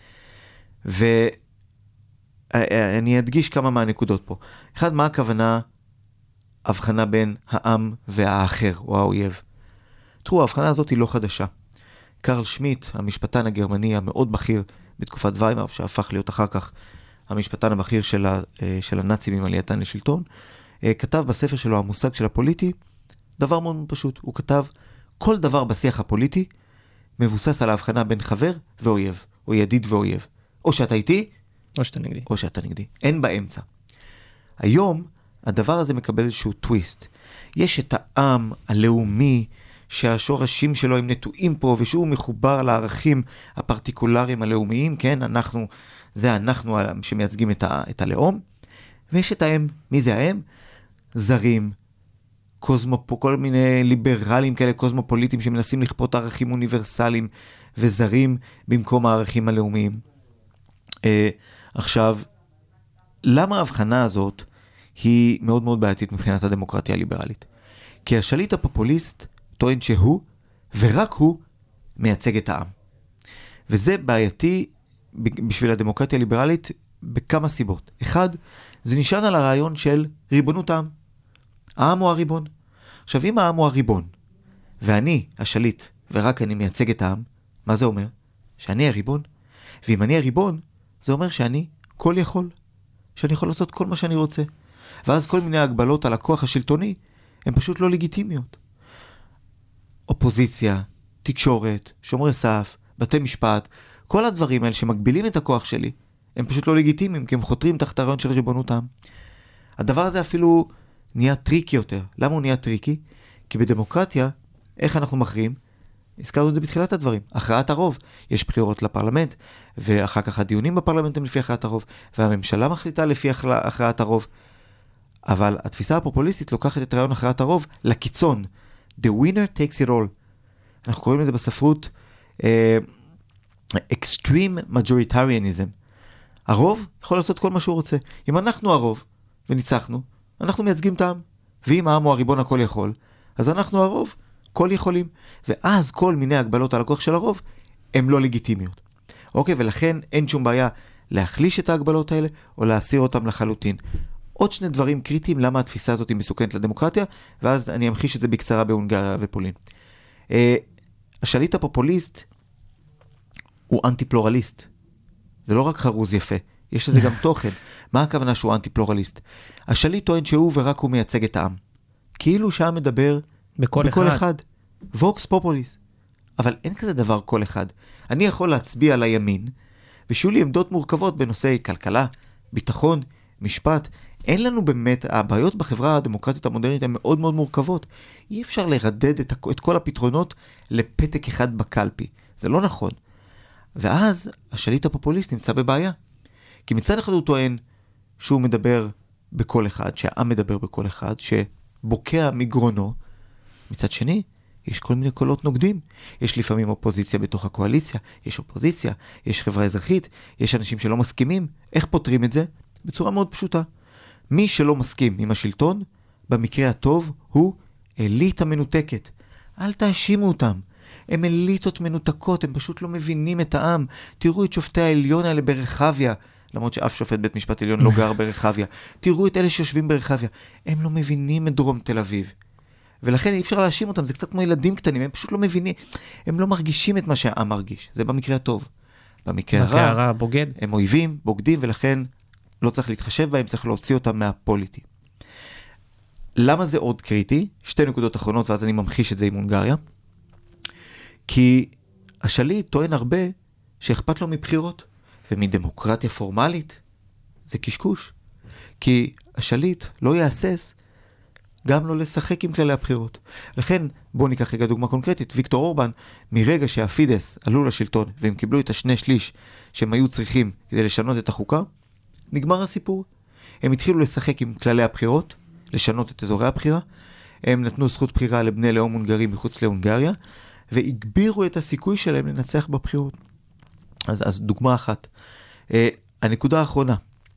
ואני אדגיש כמה מהנקודות פה. אחד, מה הכוונה הבחנה בין העם והאחר, או האויב? תראו, ההבחנה הזאת היא לא חדשה. קרל שמיט, המשפטן הגרמני המאוד בכיר בתקופת ויימאר, שהפך להיות אחר כך המשפטן הבכיר של הנאצים עם עלייתן לשלטון, כתב בספר שלו, המושג של הפוליטי, דבר מאוד פשוט. הוא כתב, כל דבר בשיח הפוליטי מבוסס על ההבחנה בין חבר ואויב, או ידיד ואויב. או שאתה איתי, או שאתה נגדי. או שאתה נגדי. אין באמצע. היום, הדבר הזה מקבל איזשהו טוויסט. יש את העם הלאומי, שהשורשים שלו הם נטועים פה, ושהוא מחובר לערכים הפרטיקולריים הלאומיים, כן? זה אנחנו שמייצגים את הלאום, ויש את האם. מי זה האם? זרים, כל מיני ליברלים כאלה, קוסמופוליטים, שמנסים לכפות ערכים אוניברסליים, וזרים במקום הערכים הלאומיים. עכשיו, למה ההבחנה הזאת היא מאוד מאוד בעייתית מבחינת הדמוקרטיה הליברלית? כי השליט הפופוליסט טוען שהוא, ורק הוא, מייצג את העם. וזה בעייתי בשביל הדמוקרטיה הליברלית בכמה סיבות. אחד, זה נשען על הרעיון של ריבונות העם. העם הוא הריבון. עכשיו, אם העם הוא הריבון, ואני השליט, ורק אני מייצג את העם, מה זה אומר? שאני הריבון. ואם אני הריבון, זה אומר שאני כל יכול. שאני יכול לעשות כל מה שאני רוצה. ואז כל מיני הגבלות על הכוח השלטוני, הן פשוט לא לגיטימיות. אופוזיציה, תקשורת, שומרי סף, בתי משפט, כל הדברים האלה שמגבילים את הכוח שלי, הם פשוט לא לגיטימיים, כי הם חותרים תחת הרעיון של ריבונות העם. הדבר הזה אפילו נהיה טריקי יותר. למה הוא נהיה טריקי? כי בדמוקרטיה, איך אנחנו מכריעים? הזכרנו את זה בתחילת הדברים. הכרעת הרוב. יש בחירות לפרלמנט, ואחר כך הדיונים בפרלמנט הם לפי הכרעת הרוב, והממשלה מחליטה לפי הכרעת הרוב. אבל התפיסה הפופוליסטית לוקחת את רעיון הכרעת הרוב לקיצון. The winner takes it all. אנחנו קוראים לזה בספרות extreme majoritarianism. הרוב יכול לעשות כל מה שהוא רוצה. אם אנחנו הרוב וניצחנו, אנחנו מייצגים את העם. ואם העם הוא הריבון הכל יכול, אז אנחנו הרוב כל יכולים. ואז כל מיני הגבלות על הכוח של הרוב הן לא לגיטימיות. אוקיי, ולכן אין שום בעיה להחליש את ההגבלות האלה או להסיר אותם לחלוטין. עוד שני דברים קריטיים למה התפיסה הזאת היא מסוכנת לדמוקרטיה, ואז אני אמחיש את זה בקצרה בהונגריה ופולין. השליט הפופוליסט הוא אנטי-פלורליסט. זה לא רק חרוז יפה, יש לזה גם תוכן. מה הכוונה שהוא אנטי-פלורליסט? השליט טוען שהוא ורק הוא מייצג את העם. כאילו שהעם מדבר בכל אחד. ווקס פופוליס. אבל אין כזה דבר כל אחד. אני יכול להצביע על הימין, ושיהיו לי עמדות מורכבות בנושאי כלכלה, ביטחון, משפט. אין לנו באמת, הבעיות בחברה הדמוקרטית המודרנית הן מאוד מאוד מורכבות. אי אפשר לרדד את כל הפתרונות לפתק אחד בקלפי. זה לא נכון. ואז השליט הפופוליסט נמצא בבעיה. כי מצד אחד הוא טוען שהוא מדבר בכל אחד, שהעם מדבר בכל אחד, שבוקע מגרונו. מצד שני, יש כל מיני קולות נוגדים. יש לפעמים אופוזיציה בתוך הקואליציה, יש אופוזיציה, יש חברה אזרחית, יש אנשים שלא מסכימים. איך פותרים את זה? בצורה מאוד פשוטה. מי שלא מסכים עם השלטון, במקרה הטוב, הוא אליטה מנותקת. אל תאשימו אותם. הם אליטות מנותקות, הם פשוט לא מבינים את העם. תראו את שופטי העליון האלה ברחביה, למרות שאף שופט בית משפט עליון לא גר ברחביה. תראו את אלה שיושבים ברחביה. הם לא מבינים את דרום תל אביב. ולכן אי אפשר להאשים אותם, זה קצת כמו ילדים קטנים, הם פשוט לא מבינים. הם לא מרגישים את מה שהעם מרגיש. זה במקרה הטוב. במקרה הרע, בוגד. הם אויבים, בוגדים, ולכן לא צריך להתחשב בהם, צריך להוציא אותם מהפוליטי. למה זה עוד קריטי? שתי נקודות אחרונות, ואז אני ממחיש את זה עם הונגריה. כי השליט טוען הרבה שאכפת לו מבחירות, ומדמוקרטיה פורמלית זה קשקוש. כי השליט לא יאסס גם לא לשחק עם כללי הבחירות. לכן, בואו ניקח רגע דוגמה קונקרטית. ויקטור אורבן, מרגע שהפידס עלו לשלטון, והם קיבלו את השני שליש שהם היו צריכים כדי לשנות את החוקה, נגמר הסיפור. הם התחילו לשחק עם כללי הבחירות, לשנות את אזורי הבחירה, הם נתנו זכות בחירה לבני לאום הונגרי מחוץ להונגריה, והגבירו את הסיכוי שלהם לנצח בבחירות. אז דוגמה אחת. הנקודה האחרונה,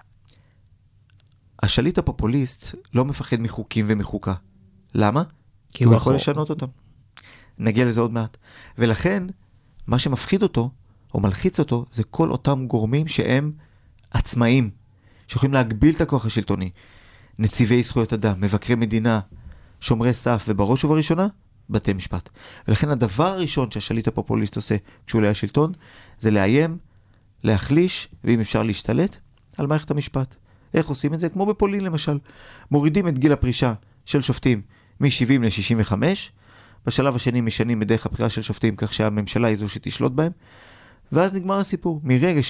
השליט הפופוליסט לא מפחד מחוקים ומחוקה. למה? כי הוא יכול לשנות אותם. נגיע לזה עוד מעט. ולכן, מה שמפחיד אותו, או מלחיץ אותו, זה כל אותם גורמים שהם עצמאים, שיכולים להגביל את הכוח השלטוני. נציבי זכויות אדם, מבקרי מדינה, שומרי סף, ובראש ובראשונה, בתי משפט. ולכן הדבר הראשון שהשליט הפופוליסט עושה כשהוא עולה לשלטון, זה לאיים, להחליש, ואם אפשר להשתלט, על מערכת המשפט. איך עושים את זה? כמו בפולין למשל. מורידים את גיל הפרישה של שופטים מ-70 ל-65, בשלב השני משנים בדרך הבחירה של שופטים כך שהממשלה היא זו שתשלוט בהם, ואז נגמר הסיפור. מרגע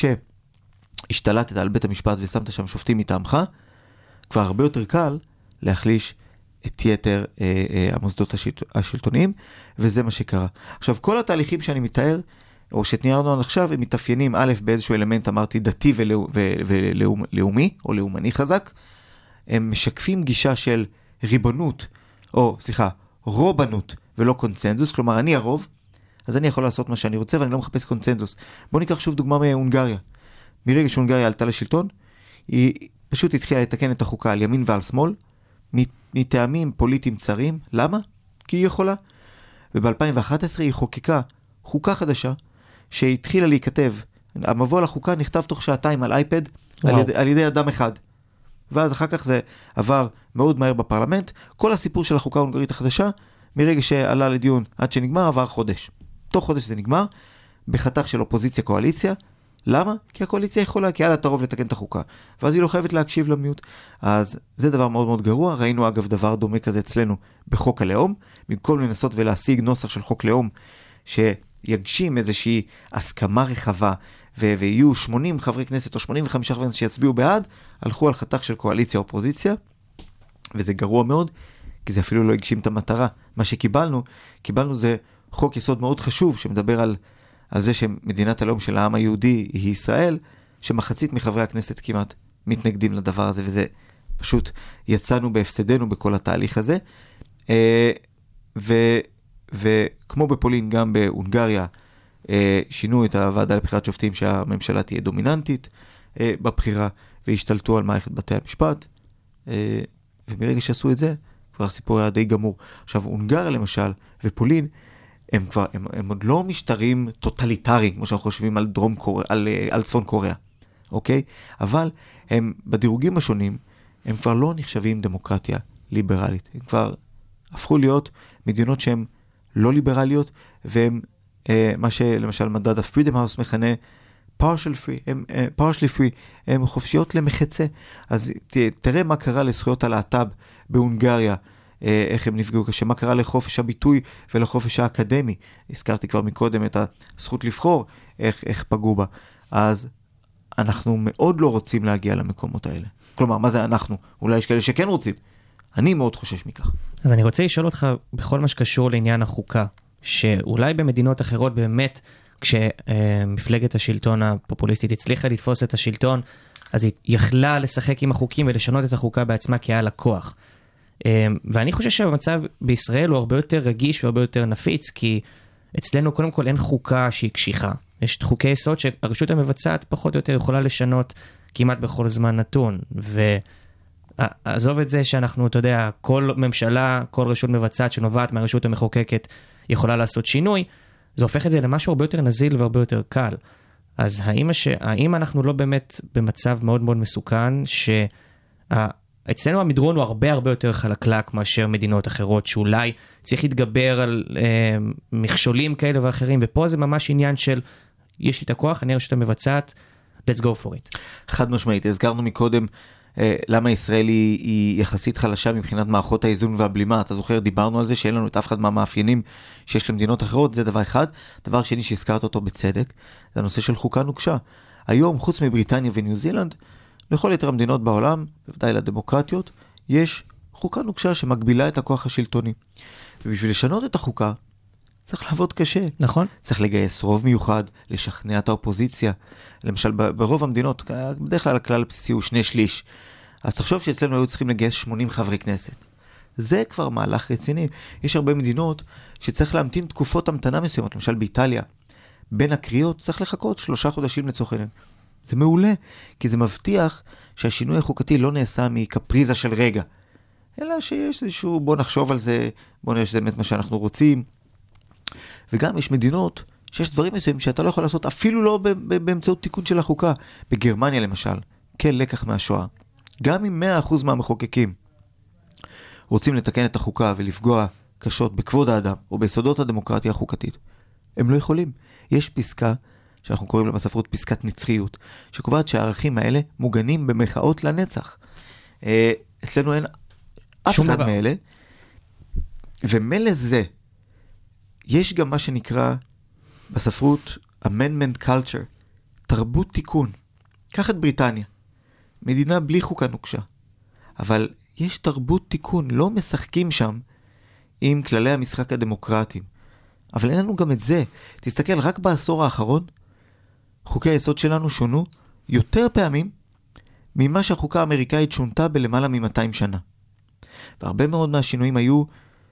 שהשתלטת על בית המשפט ושמת שם שופטים מטעמך, כבר הרבה יותר קל להחליש את יתר המוסדות השלטוניים, וזה מה שקרה. עכשיו, כל התהליכים שאני מתאר, או שתיארנו עד עכשיו, הם מתאפיינים א' באיזשהו אלמנט, אמרתי, דתי ולאומי, או לאומני חזק. הם משקפים גישה של ריבונות, או סליחה, רובנות ולא קונצנזוס, כלומר אני הרוב, אז אני יכול לעשות מה שאני רוצה ואני לא מחפש קונצנזוס. בואו ניקח שוב דוגמה מהונגריה. מרגע שהונגריה עלתה לשלטון, היא פשוט התחילה לתקן את החוקה על ימין ועל שמאל, מטעמים פוליטיים צרים. למה? כי היא יכולה. וב-2011 היא חוקקה חוקה חדשה, שהתחילה להיכתב, המבוא לחוקה נכתב תוך שעתיים על אייפד, על ידי אדם אחד. ואז אחר כך זה עבר מאוד מהר בפרלמנט. כל הסיפור של החוקה ההונגרית החדשה, מרגע שעלה לדיון עד שנגמר, עבר חודש. תוך חודש זה נגמר, בחתך של אופוזיציה קואליציה. למה? כי הקואליציה יכולה, כי היה לה את הרוב לתקן את החוקה. ואז היא לא חייבת להקשיב למיעוט. אז זה דבר מאוד מאוד גרוע. ראינו אגב דבר דומה כזה אצלנו בחוק הלאום. במקום לנסות ולהשיג נוסח של חוק לאום, שיגשים איזושהי הסכמה רחבה, ויהיו 80 חברי כנסת או 85 חברי כנסת שיצביעו בעד, הלכו על חתך של קואליציה-אופוזיציה, וזה גרוע מאוד, כי זה אפילו לא הגשים את המטרה. מה שקיבלנו, זה חוק יסוד מאוד חשוב, שמדבר על זה שמדינת הלאום של העם היהודי היא ישראל, שמחצית מחברי הכנסת כמעט מתנגדים לדבר הזה, וזה פשוט יצאנו בהפסדנו בכל התהליך הזה. וכמו בפולין, גם בהונגריה, שינו את הוועדה לבחירת שופטים שהממשלה תהיה דומיננטית בבחירה, והשתלטו על מערכת בתי המשפט, ומרגע שעשו את זה, כבר הסיפור היה די גמור. עכשיו, הונגריה למשל, ופולין, הם עוד לא משטרים טוטליטריים, כמו שאנחנו חושבים על צפון קוריאה, אוקיי? אבל הם בדירוגים השונים, הם כבר לא נחשבים דמוקרטיה ליברלית. הם כבר הפכו להיות מדינות שהן לא ליברליות, והם מה שלמשל מדד ה-Freedom House מכנה partially free, הם חופשיות למחצה. אז תראה מה קרה לזכויות הלהט"ב בהונגריה, איך הם נפגעו קשה, מה קרה לחופש הביטוי ולחופש האקדמי. הזכרתי כבר מקודם את הזכות לבחור, איך פגעו בה. אז אנחנו מאוד לא רוצים להגיע למקומות האלה. כלומר, מה זה אנחנו? אולי יש כאלה שכן רוצים. אני מאוד חושש מכך. אז אני רוצה לשאול אותך בכל מה שקשור לעניין החוקה, שאולי במדינות אחרות באמת, כשמפלגת השלטון הפופוליסטית הצליחה לתפוס את השלטון, אז היא יכלה לשחק עם החוקים ולשנות את החוקה בעצמה כי היה לה כוח. ואני חושב שהמצב בישראל הוא הרבה יותר רגיש והרבה יותר נפיץ, כי אצלנו קודם כל אין חוקה שהיא קשיחה. יש חוקי יסוד שהרשות המבצעת פחות או יותר יכולה לשנות כמעט בכל זמן נתון. ועזוב את זה שאנחנו, אתה יודע, כל ממשלה, כל רשות מבצעת שנובעת מהרשות המחוקקת יכולה לעשות שינוי, זה הופך את זה למשהו הרבה יותר נזיל והרבה יותר קל. אז האם אנחנו לא באמת במצב מאוד מאוד מסוכן, אצלנו המדרון הוא הרבה הרבה יותר חלקלק מאשר מדינות אחרות, שאולי צריך להתגבר על מכשולים כאלה ואחרים, ופה זה ממש עניין של, יש לי את הכוח, אני הרשות המבצעת, let's go for it. חד משמעית, הזכרנו מקודם, למה ישראל היא יחסית חלשה מבחינת מערכות האיזון והבלימה. אתה זוכר, דיברנו על זה שאין לנו את אף אחד מהמאפיינים שיש למדינות אחרות, זה דבר אחד. דבר שני שהזכרת אותו בצדק, זה הנושא של חוקה נוקשה. היום, חוץ מבריטניה וניו זילנד, לכל יתר המדינות בעולם, בוודאי לדמוקרטיות, יש חוקה נוקשה שמגבילה את הכוח השלטוני. ובשביל לשנות את החוקה, צריך לעבוד קשה. נכון. צריך לגייס רוב מיוחד, לשכנע את האופוזיציה. למשל, ברוב המדינות, בדרך כלל הכלל הבסיסי הוא 2/3. אז תחשוב שאצלנו היו צריכים לגייס 80 חברי כנסת. זה כבר מהלך רציני. יש הרבה מדינות שצריך להמתין תקופות המתנה מסוימות. למשל באיטליה, בין הקריאות צריך לחכות 3 חודשים לצורך העניין. זה מעולה, כי זה מבטיח שהשינוי החוקתי לא נעשה מקפריזה של רגע, אלא שיש איזשהו, בוא נחשוב על זה, בוא נראה שזה באמת מה שאנחנו רוצים. וגם יש מדינות שיש דברים מסוימים שאתה לא יכול לעשות, אפילו לא באמצעות תיקון של החוקה. בגרמניה למשל, כן, לקח מהשואה. גם אם 100% מהמחוקקים רוצים לתקן את החוקה ולפגוע קשות בכבוד האדם או ביסודות הדמוקרטיה החוקתית, הם לא יכולים. יש פסקה שאנחנו קוראים לה בספרות פסקת נצחיות, שקובעת שהערכים האלה מוגנים במחאות לנצח. אצלנו אין אף אחד מאלה, ומלא זה, יש גם מה שנקרא בספרות amendment culture, תרבות תיקון. קח את בריטניה, מדינה בלי חוקה נוקשה, אבל יש תרבות תיקון, לא משחקים שם עם כללי המשחק הדמוקרטיים. אבל אין לנו גם את זה. תסתכל, רק בעשור האחרון, חוקי היסוד שלנו שונו יותר פעמים ממה שהחוקה האמריקאית שונתה בלמעלה מ-200 שנה. והרבה מאוד מהשינויים היו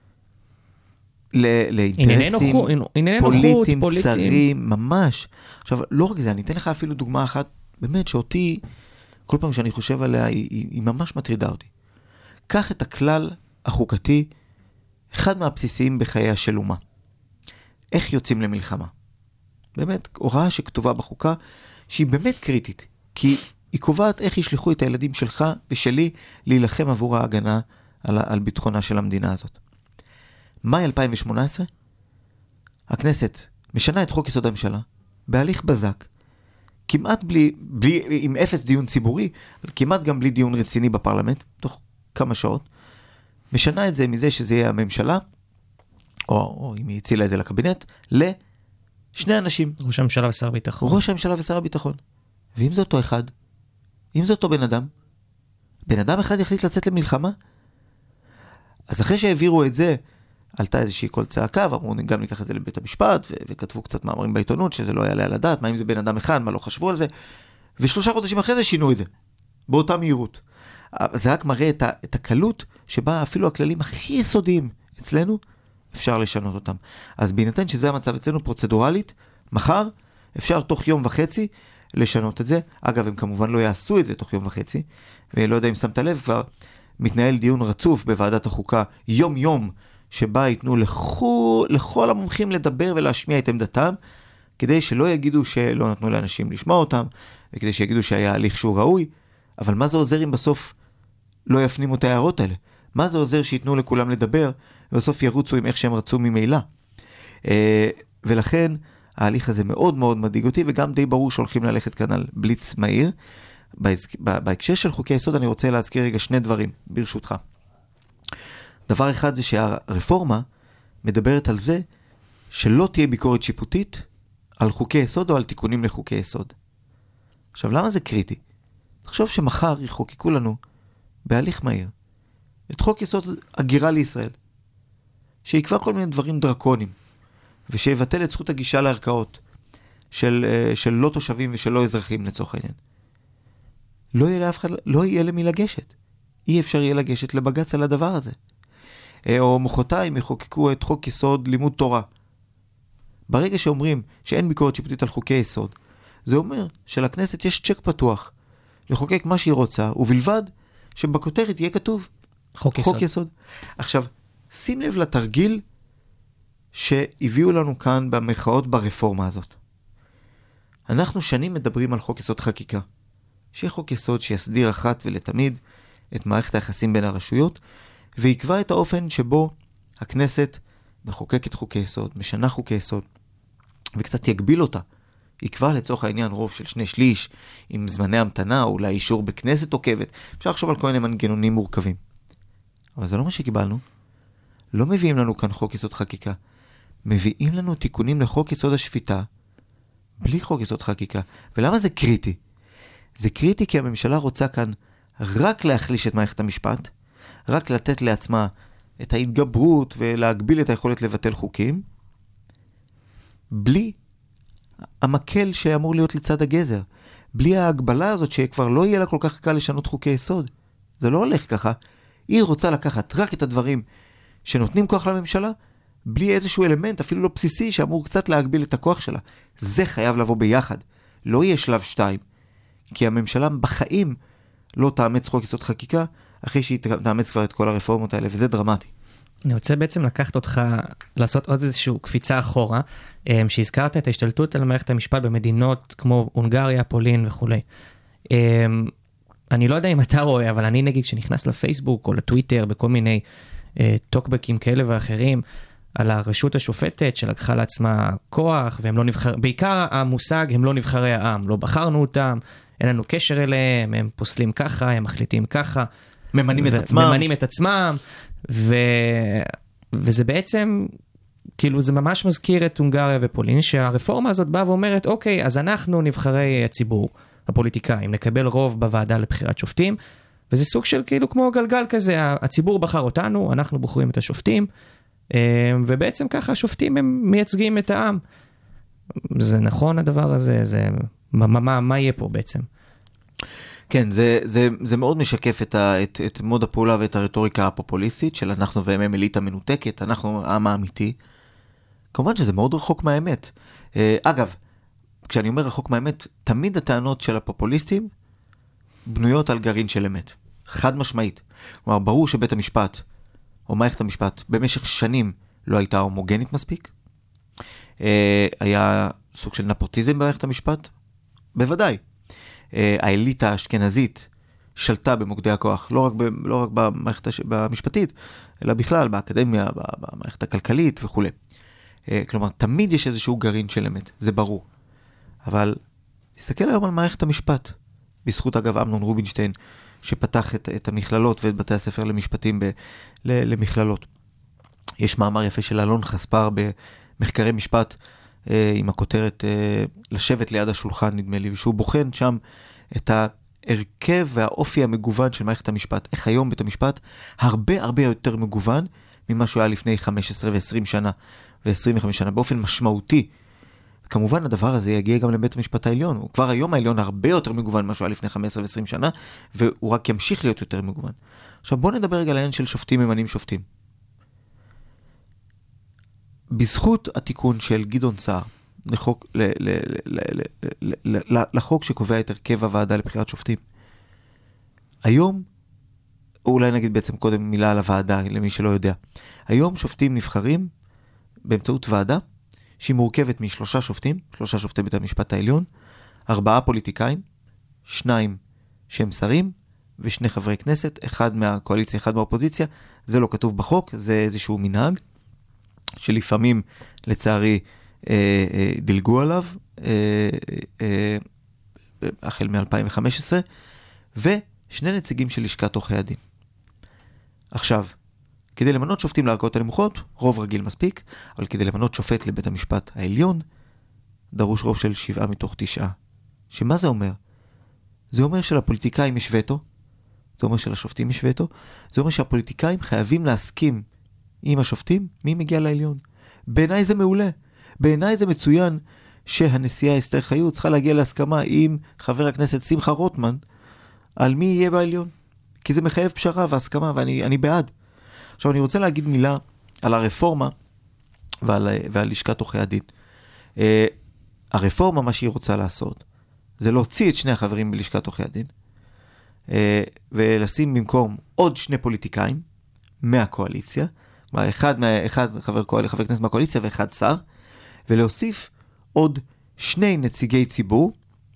לאינטרסים פוליטיים, צרים, ממש. עכשיו, לא רק זה, אני אתן לך אפילו דוגמה אחת, באמת, שאותי, כל פעם שאני חושב עליה, היא ממש מטרידה אותי. קח את הכלל החוקתי, אחד מהבסיסיים בחיי של אומה. איך יוצאים למלחמה? באמת, הוראה שכתובה בחוקה, שהיא באמת קריטית, כי היא קובעת איך ישלחו את הילדים שלך ושלי להילחם עבור ההגנה על ביטחונה של המדינה הזאת. מאי 2018, הכנסת משנה את חוק יסוד הממשלה, בהליך בזק, כמעט עם אפס דיון ציבורי, אבל כמעט גם בלי דיון רציני בפרלמנט, תוך כמה שעות, משנה את זה מזה שזה יהיה הממשלה, או אם היא הצילה את זה לקבינט, לשני אנשים. ראש הממשלה ושר הביטחון. ראש הממשלה ושר הביטחון. ואם זה אותו אחד, אם זה אותו בן אדם, בן אדם אחד יחליט לצאת למלחמה, אז אחרי שהעבירו את זה, עלתה איזושהי קול צעקה, ואמרו גם ניקח את זה לבית המשפט, וכתבו קצת מאמרים בעיתונות, שזה לא יעלה על הדעת, מה אם זה בן אדם אחד, מה לא חשבו על זה, ו3 חודשים אחרי זה שינו את זה, באותה מהירות. זה רק מראה את הקלות, שבה אפילו הכללים הכי יסודיים אצלנו, אפשר לשנות אותם. אז בהינתן שזה המצב אצלנו פרוצדורלית, מחר אפשר תוך 1.5 יום לשנות את זה. אגב, הם כמובן לא יעשו את זה תוך 1.5 יום, ולא יודע אם שמת לב, כבר מתנהל דיון רצוף בוועדת החוקה יום-יום, שבה ייתנו לכל המומחים לדבר ולהשמיע את עמדתם, כדי שלא יגידו שלא נתנו לאנשים לשמוע אותם, וכדי שיגידו שהיה הליך שהוא ראוי. אבל מה זה עוזר אם בסוף לא יפנימו את ההערות האלה? מה זה עוזר שיתנו לכולם לדבר, ובסוף ירוצו עם איך שהם רצו ממילא? ולכן ההליך הזה מאוד מאוד מדאיג אותי, וגם די ברור שהולכים ללכת כאן על בליץ מהיר. בהקשר של חוקי היסוד אני רוצה להזכיר רגע 2 דברים, ברשותך. דבר אחד זה שהרפורמה מדברת על זה שלא תהיה ביקורת שיפוטית על חוקי יסוד או על תיקונים לחוקי יסוד. עכשיו, למה זה קריטי? תחשוב שמחר יחוקקו לנו בהליך מהיר את חוק יסוד הגירה לישראל, שיקבע כל מיני דברים דרקונים, ושיבטל את זכות הגישה לערכאות של לא תושבים ושל לא אזרחים לצורך העניין. לא יהיה למי לגשת. אי אפשר יהיה לגשת לבגץ על הדבר הזה. או מחרתיים יחוקקו את חוק יסוד לימוד תורה. ברגע שאומרים שאין ביקורת שיפוטית על חוקי יסוד, זה אומר שלכנסת יש צ'ק פתוח לחוקק מה שהיא רוצה, ובלבד שבכותרת יהיה כתוב חוק יסוד. עכשיו, שים לב לתרגיל שהביאו לנו כאן במחאות ברפורמה הזאת. אנחנו שנים מדברים על חוק יסוד חקיקה, שיהיה חוק יסוד שיסדיר אחת ולתמיד את מערכת היחסים בין הרשויות, ויקבע את האופן שבו הכנסת מחוקקת חוקי יסוד, משנה חוקי יסוד, וקצת יגביל אותה. יקבע לצורך העניין רוב של 2/3, עם זמני המתנה, או אולי אישור בכנסת עוקבת. אפשר לחשוב על כל מיני מנגנונים מורכבים. אבל זה לא מה שקיבלנו. לא מביאים לנו כאן חוק יסוד חקיקה. מביאים לנו תיקונים לחוק יסוד השפיטה, בלי חוק יסוד חקיקה. ולמה זה קריטי? זה קריטי כי הממשלה רוצה כאן רק להחליש את מערכת המשפט, רק לתת לעצמה את ההתגברות ולהגביל את היכולת לבטל חוקים, בלי המקל שאמור להיות לצד הגזר, בלי ההגבלה הזאת שכבר לא יהיה לה כל כך קל לשנות חוקי יסוד. זה לא הולך ככה. היא רוצה לקחת רק את הדברים שנותנים כוח לממשלה, בלי איזשהו אלמנט, אפילו לא בסיסי, שאמור קצת להגביל את הכוח שלה. זה חייב לבוא ביחד. לא יהיה שלב 2. כי הממשלה בחיים לא תאמץ חוק יסוד חקיקה, אחרי שהיא תאמץ כבר את כל הרפורמות האלה, וזה דרמטי. אני רוצה בעצם לקחת אותך, לעשות עוד איזושהי קפיצה אחורה, שהזכרת את ההשתלטות על מערכת המשפט במדינות כמו הונגריה, פולין וכו'. אני לא יודע אם אתה רואה, אבל אני נגיד שנכנס לפייסבוק או לטוויטר, בכל מיני טוקבקים כאלה ואחרים, על הרשות השופטת שלקחה לעצמה כוח, והם לא נבחר, בעיקר המושג הם לא נבחרי העם, לא בחרנו אותם, אין לנו קשר אליהם, הם פוסלים ככה, הם מחליטים ככה, ממנים את עצמם, וזה בעצם, כאילו זה ממש מזכיר את הונגריה ופולין, שהרפורמה הזאת באה ואומרת, אוקיי, אז אנחנו נבחרי הציבור, הפוליטיקאים, נקבל רוב בוועדה לבחירת שופטים, וזה סוג של כאילו כמו גלגל כזה, הציבור בחר אותנו, אנחנו בוחרים את השופטים, ובעצם ככה השופטים הם מייצגים את העם. זה נכון הדבר הזה? מה יהיה פה בעצם? כן, זה מאוד משקף את מוד הפעולה ואת הרטוריקה הפופוליסטית של אנחנו והם אליטה מנותקת, אנחנו העם האמיתי. כמובן שזה מאוד רחוק מהאמת. אגב, כשאני אומר רחוק מהאמת, תמיד הטענות של הפופוליסטים בנויות על גרעין של אמת. חד משמעית. כלומר, ברור שבית המשפט או מערכת המשפט במשך שנים לא הייתה הומוגנית מספיק. היה סוג של נפוטיזם במערכת המשפט? בוודאי. האליטה האשכנזית שלטה במוקדי הכוח, לא רק במערכת המשפטית, אלא בכלל באקדמיה, במערכת הכלכלית וכו'. כלומר, תמיד יש איזשהו גרעין של אמת, זה ברור. אבל תסתכל היום על מערכת המשפט, בזכות אגב אמנון רובינשטיין, שפתח את המכללות ואת בתי הספר למשפטים למכללות. יש מאמר יפה של אלון חספר במחקרי משפט, עם הכותרת לשבת ליד השולחן, נדמה לי, ושהוא בוחן שם את ההרכב והאופי המגוון של מערכת המשפט. איך היום בית המשפט הרבה יותר מגוון ממה שהוא היה לפני 15 ו-20 שנה ו-25 שנה, באופן משמעותי. כמובן הדבר הזה יגיע גם לבית המשפט העליון. הוא כבר היום העליון הרבה יותר מגוון ממה שהוא היה לפני 15 ו-20 שנה, והוא רק ימשיך להיות יותר מגוון. עכשיו בואו נדבר רגע על העניין של שופטים ממנים שופטים. בזכות התיקון של גדעון סער לחוק שקובע את הרכב הוועדה לבחירת שופטים, היום, או אולי נגיד בעצם קודם מילה על הוועדה, למי שלא יודע, היום שופטים נבחרים באמצעות ועדה שהיא מורכבת משלושה שופטים, 3 שופטי בית המשפט העליון, 4 פוליטיקאים, 2 שהם שרים, ו2 חברי כנסת, 1 מהקואליציה, 1 מהאופוזיציה. זה לא כתוב בחוק, זה איזשהו מנהג, שלפעמים לצערי דילגו עליו, החל מ-2015, ו2 נציגים של לשכת עורכי הדין. עכשיו, כדי למנות שופטים לערכאות הנמוכות, רוב רגיל מספיק, אבל כדי למנות שופט לבית המשפט העליון, דרוש רוב של 7 מתוך 9. שמה זה אומר? זה אומר שלפוליטיקאים יש וטו, זה אומר שלשופטים יש וטו, זה אומר שהפוליטיקאים חייבים להסכים עם השופטים מי מגיע לעליון. בעיניי זה מעולה. בעיניי זה מצוין שהנשיאה אסתר חיות צריכה להגיע להסכמה עם חבר הכנסת שמחה רוטמן על מי יהיה בעליון. כי זה מחייב פשרה והסכמה, ואני בעד. עכשיו אני רוצה להגיד מילה על הרפורמה ועל לשכת עורכי הדין. הרפורמה, מה שהיא רוצה לעשות, זה להוציא את 2 החברים בלשכת עורכי הדין, ולשים במקום עוד 2 פוליטיקאים מהקואליציה, אחד חבר כנסת מהקואליציה ואחד שר, ולהוסיף עוד 2 נציגי ציבור,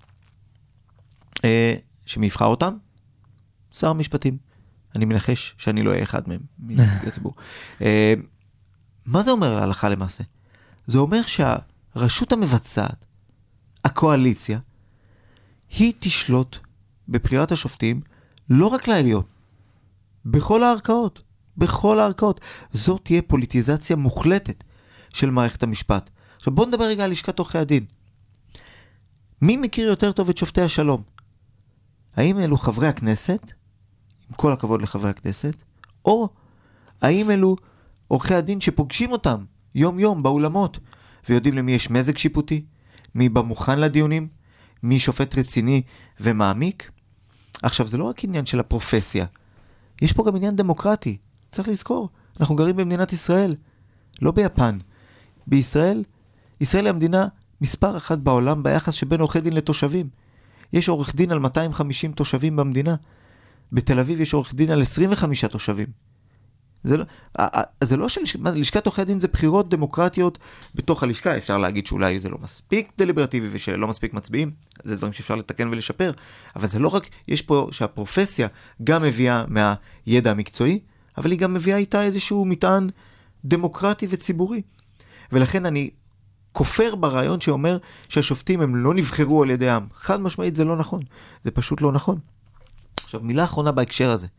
שמבחר אותם, שר משפטים. אני מנחש שאני לא אהיה אחד מהם, מנציגי הציבור. מה זה אומר להלכה למעשה? זה אומר שהרשות המבצעת, הקואליציה, היא תשלוט בבחירת השופטים, לא רק לעליון, בכל הערכאות. בכל הערכאות. זאת תהיה פוליטיזציה מוחלטת של מערכת המשפט. עכשיו בואו נדבר רגע על לשכת עורכי הדין. מי מכיר יותר טוב את שופטי השלום? האם אלו חברי הכנסת, עם כל הכבוד לחברי הכנסת, או האם אלו עורכי הדין שפוגשים אותם יום יום באולמות, ויודעים למי יש מזג שיפוטי, מי במוכן לדיונים, מי שופט רציני ומעמיק. עכשיו, זה לא רק עניין של הפרופסיה, יש פה גם עניין דמוקרטי. צריך לזכור, אנחנו גרים במדינת ישראל, לא ביפן. בישראל, ישראל היא המדינה מספר אחת בעולם ביחס שבין עורכי דין לתושבים. יש עורך דין על 250 תושבים במדינה. בתל אביב יש עורך דין על 25 תושבים. זה לא שלשכת עורכי הדין זה בחירות דמוקרטיות בתוך הלשכה. אפשר להגיד שאולי זה לא מספיק דליברטיבי ושלא מספיק מצביעים. זה דברים שאפשר לתקן ולשפר. אבל זה לא רק, יש פה שהפרופסיה גם מביאה מהידע המקצועי, אבל היא גם מביאה איתה איזשהו מטען דמוקרטי וציבורי. ולכן אני כופר ברעיון שאומר שהשופטים הם לא נבחרו על ידי העם. חד משמעית זה לא נכון. זה פשוט לא נכון. עכשיו, מילה אחרונה בהקשר הזה.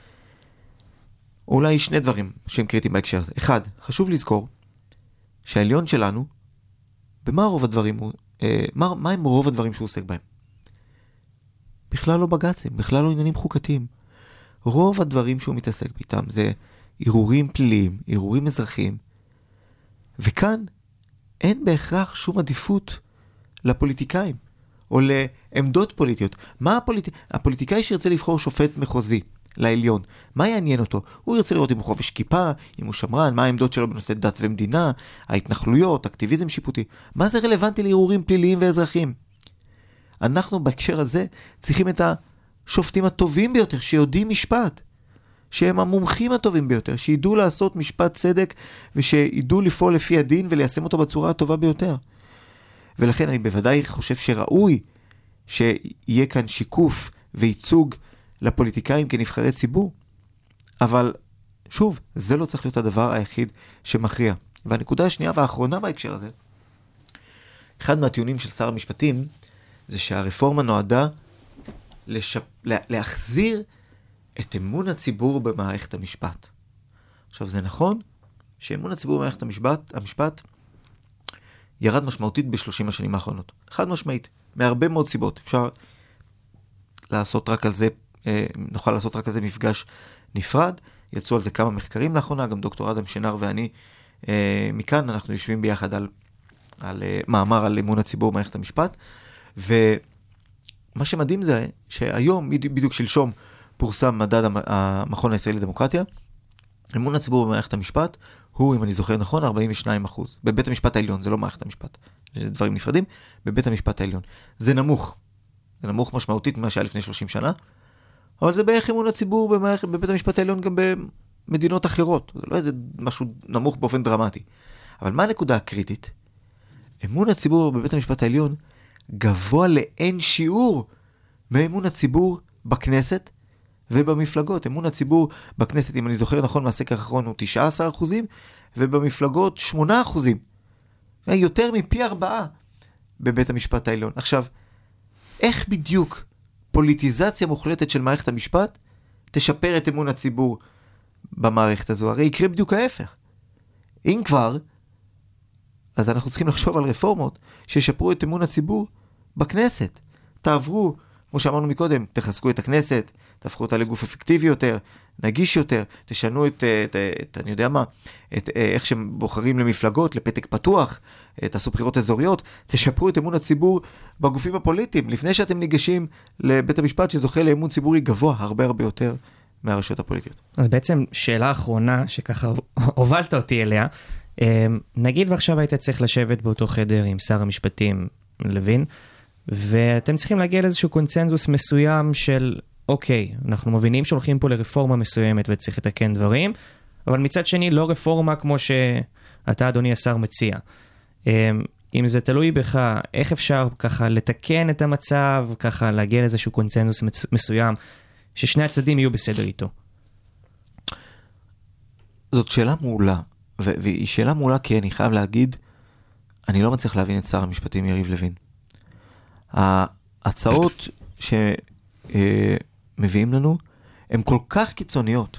אולי שני דברים שהם קריטיים בהקשר הזה. אחד, חשוב לזכור שהעליון שלנו, במה רוב הדברים מה הם רוב הדברים שהוא עוסק בהם? בכלל לא בג"צים, בכלל לא עניינים חוקתיים. רוב הדברים שהוא מתעסק איתם זה ערעורים פליליים, ערעורים אזרחיים, וכאן אין בהכרח שום עדיפות לפוליטיקאים או לעמדות פוליטיות. מה הפוליטיקאי שירצה לבחור שופט מחוזי לעליון, מה יעניין אותו? הוא ירצה לראות אם הוא חופש כיפה, אם הוא שמרן, מה העמדות שלו בנושא דת ומדינה, ההתנחלויות, אקטיביזם שיפוטי. מה זה רלוונטי לערעורים פליליים ואזרחיים? אנחנו בהקשר הזה צריכים את השופטים הטובים ביותר, שיודעים משפט, שהם המומחים הטובים ביותר, שידעו לעשות משפט צדק, ושידעו לפעול לפי הדין וליישם אותו בצורה הטובה ביותר. ולכן אני בוודאי חושב שראוי שיהיה כאן שיקוף וייצוג לפוליטיקאים כנבחרי ציבור. אבל שוב, זה לא צריך להיות הדבר היחיד שמכריע. והנקודה השנייה והאחרונה בהקשר הזה, אחד מהטיעונים של שר המשפטים, זה שהרפורמה נועדה להחזיר את אמון הציבור במערכת המשפט. עכשיו, זה נכון שאמון הציבור במערכת המשפט ירד משמעותית ב-30 השנים האחרונות. חד משמעית, מהרבה מאוד סיבות. אפשר לעשות רק על זה, נוכל לעשות רק על זה מפגש נפרד. יצאו על זה כמה מחקרים לאחרונה, גם דוקטור אדם שנר ואני, מכאן אנחנו יושבים ביחד על מאמר על אמון הציבור במערכת המשפט, ומה שמדהים זה שהיום, בדיוק שלשום, פורסם מדד המכון הישראלי לדמוקרטיה, אמון הציבור במערכת המשפט הוא, אם אני זוכר נכון, 42%. בבית המשפט העליון, זה לא מערכת המשפט, זה דברים נפרדים, בבית המשפט העליון. זה נמוך. זה נמוך משמעותית ממה שהיה לפני 30 שנה, אבל זה בערך אמון הציבור בבית המשפט העליון גם במדינות אחרות. זה לא איזה משהו נמוך באופן דרמטי. אבל מה הנקודה הקריטית? אמון הציבור בבית המשפט העליון גבוה לאין שיעור מאמון הציבור בכנסת ובמפלגות. אמון הציבור בכנסת, אם אני זוכר נכון מהסקר האחרון, הוא 19%, ובמפלגות 8%. יותר מפי 4 בבית המשפט העליון. עכשיו, איך בדיוק פוליטיזציה מוחלטת של מערכת המשפט תשפר את אמון הציבור במערכת הזו? הרי יקרה בדיוק ההפך. אם כבר, אז אנחנו צריכים לחשוב על רפורמות שישפרו את אמון הציבור בכנסת. תעברו, כמו שאמרנו מקודם, תחזקו את הכנסת, תהפכו אותה לגוף אפקטיבי יותר, נגיש יותר, תשנו אני יודע מה, איך שהם בוחרים למפלגות, לפתק פתוח, תעשו בחירות אזוריות, תשפרו את אמון הציבור בגופים הפוליטיים, לפני שאתם ניגשים לבית המשפט שזוכה לאמון ציבורי גבוה הרבה הרבה יותר מהרשויות הפוליטיות. אז בעצם שאלה אחרונה שככה הובלת אותי אליה, נגיד ועכשיו היית צריך לשבת באותו חדר עם שר המשפטים לוין, ואתם צריכים להגיע לאיזשהו קונצנזוס מסוים של אוקיי, אנחנו מבינים שהולכים פה לרפורמה מסוימת וצריך לתקן דברים, אבל מצד שני לא רפורמה כמו שאתה אדוני השר מציע. אם זה תלוי בך, איך אפשר ככה לתקן את המצב, ככה להגיע לאיזשהו קונצנזוס מסוים, ששני הצדדים יהיו בסדר איתו? זאת שאלה מעולה, והיא שאלה מעולה כי אני חייב להגיד, אני לא מצליח להבין את שר המשפטים יריב לוין. ההצעות שמביאים לנו הן כל כך קיצוניות,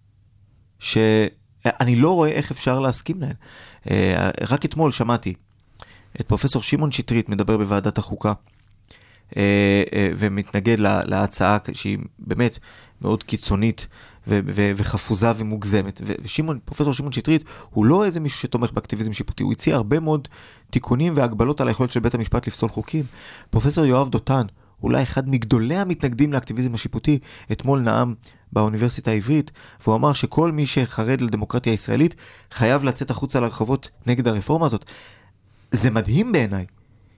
שאני לא רואה איך אפשר להסכים להן. רק אתמול שמעתי את פרופסור שמעון שטרית מדבר בוועדת החוקה, ומתנגד להצעה שהיא באמת מאוד קיצונית וחפוזה ומוגזמת. פרופסור שמעון שטרית הוא לא איזה מישהו שתומך באקטיביזם שיפוטי, הוא הציע הרבה מאוד תיקונים והגבלות על היכולת של בית המשפט לפסול חוקים. פרופסור יואב דותן, אולי אחד מגדולי המתנגדים לאקטיביזם השיפוטי, אתמול נאם באוניברסיטה העברית, והוא אמר שכל מי שחרד לדמוקרטיה הישראלית חייב לצאת החוצה לרחובות נגד הרפורמה הזאת. זה מדהים בעיניי,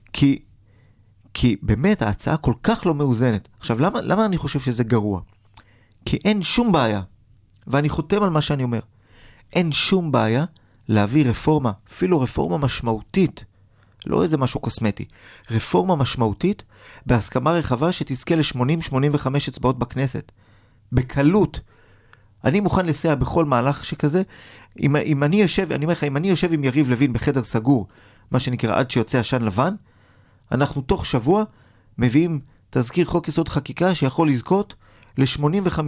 כי באמת ההצעה כל כך לא מאוזנת. עכשיו, למה אני חושב שזה גרוע? כי אין שום בעיה, ואני חותם על מה שאני אומר, אין שום בעיה להביא רפורמה, אפילו רפורמה משמעותית, לא איזה משהו קוסמטי, רפורמה משמעותית בהסכמה רחבה שתזכה ל-80-85 אצבעות בכנסת. בקלות. אני מוכן לסייע בכל מהלך שכזה, אם אני יושב, אני אומר לך, אם אני יושב עם יריב לוין בחדר סגור, מה שנקרא עד שיוצא עשן לבן, אנחנו תוך שבוע מביאים תזכיר חוק יסוד חקיקה שיכול לזכות ל-85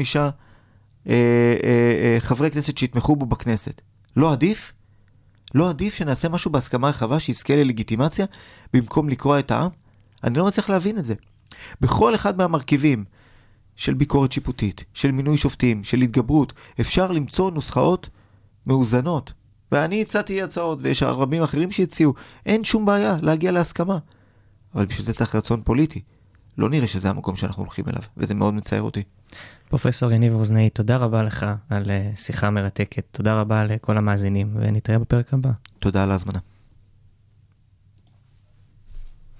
חברי כנסת שיתמכו בו בכנסת. לא עדיף? לא עדיף שנעשה משהו בהסכמה רחבה שיזכה ללגיטימציה במקום לקרוע את העם? אני לא מצליח להבין את זה. בכל אחד מהמרכיבים של ביקורת שיפוטית, של מינוי שופטים, של התגברות, אפשר למצוא נוסחאות מאוזנות. ואני הצעתי הצעות, ויש רבים אחרים שהציעו. אין שום בעיה להגיע להסכמה. אבל בשביל זה צריך רצון פוליטי. לא נראה שזה המקום שאנחנו הולכים אליו, וזה מאוד מצער אותי. פרופסור יניב רוזנאי, תודה רבה לך על שיחה מרתקת. תודה רבה לכל המאזינים, ונתראה בפרק הבא. תודה על ההזמנה.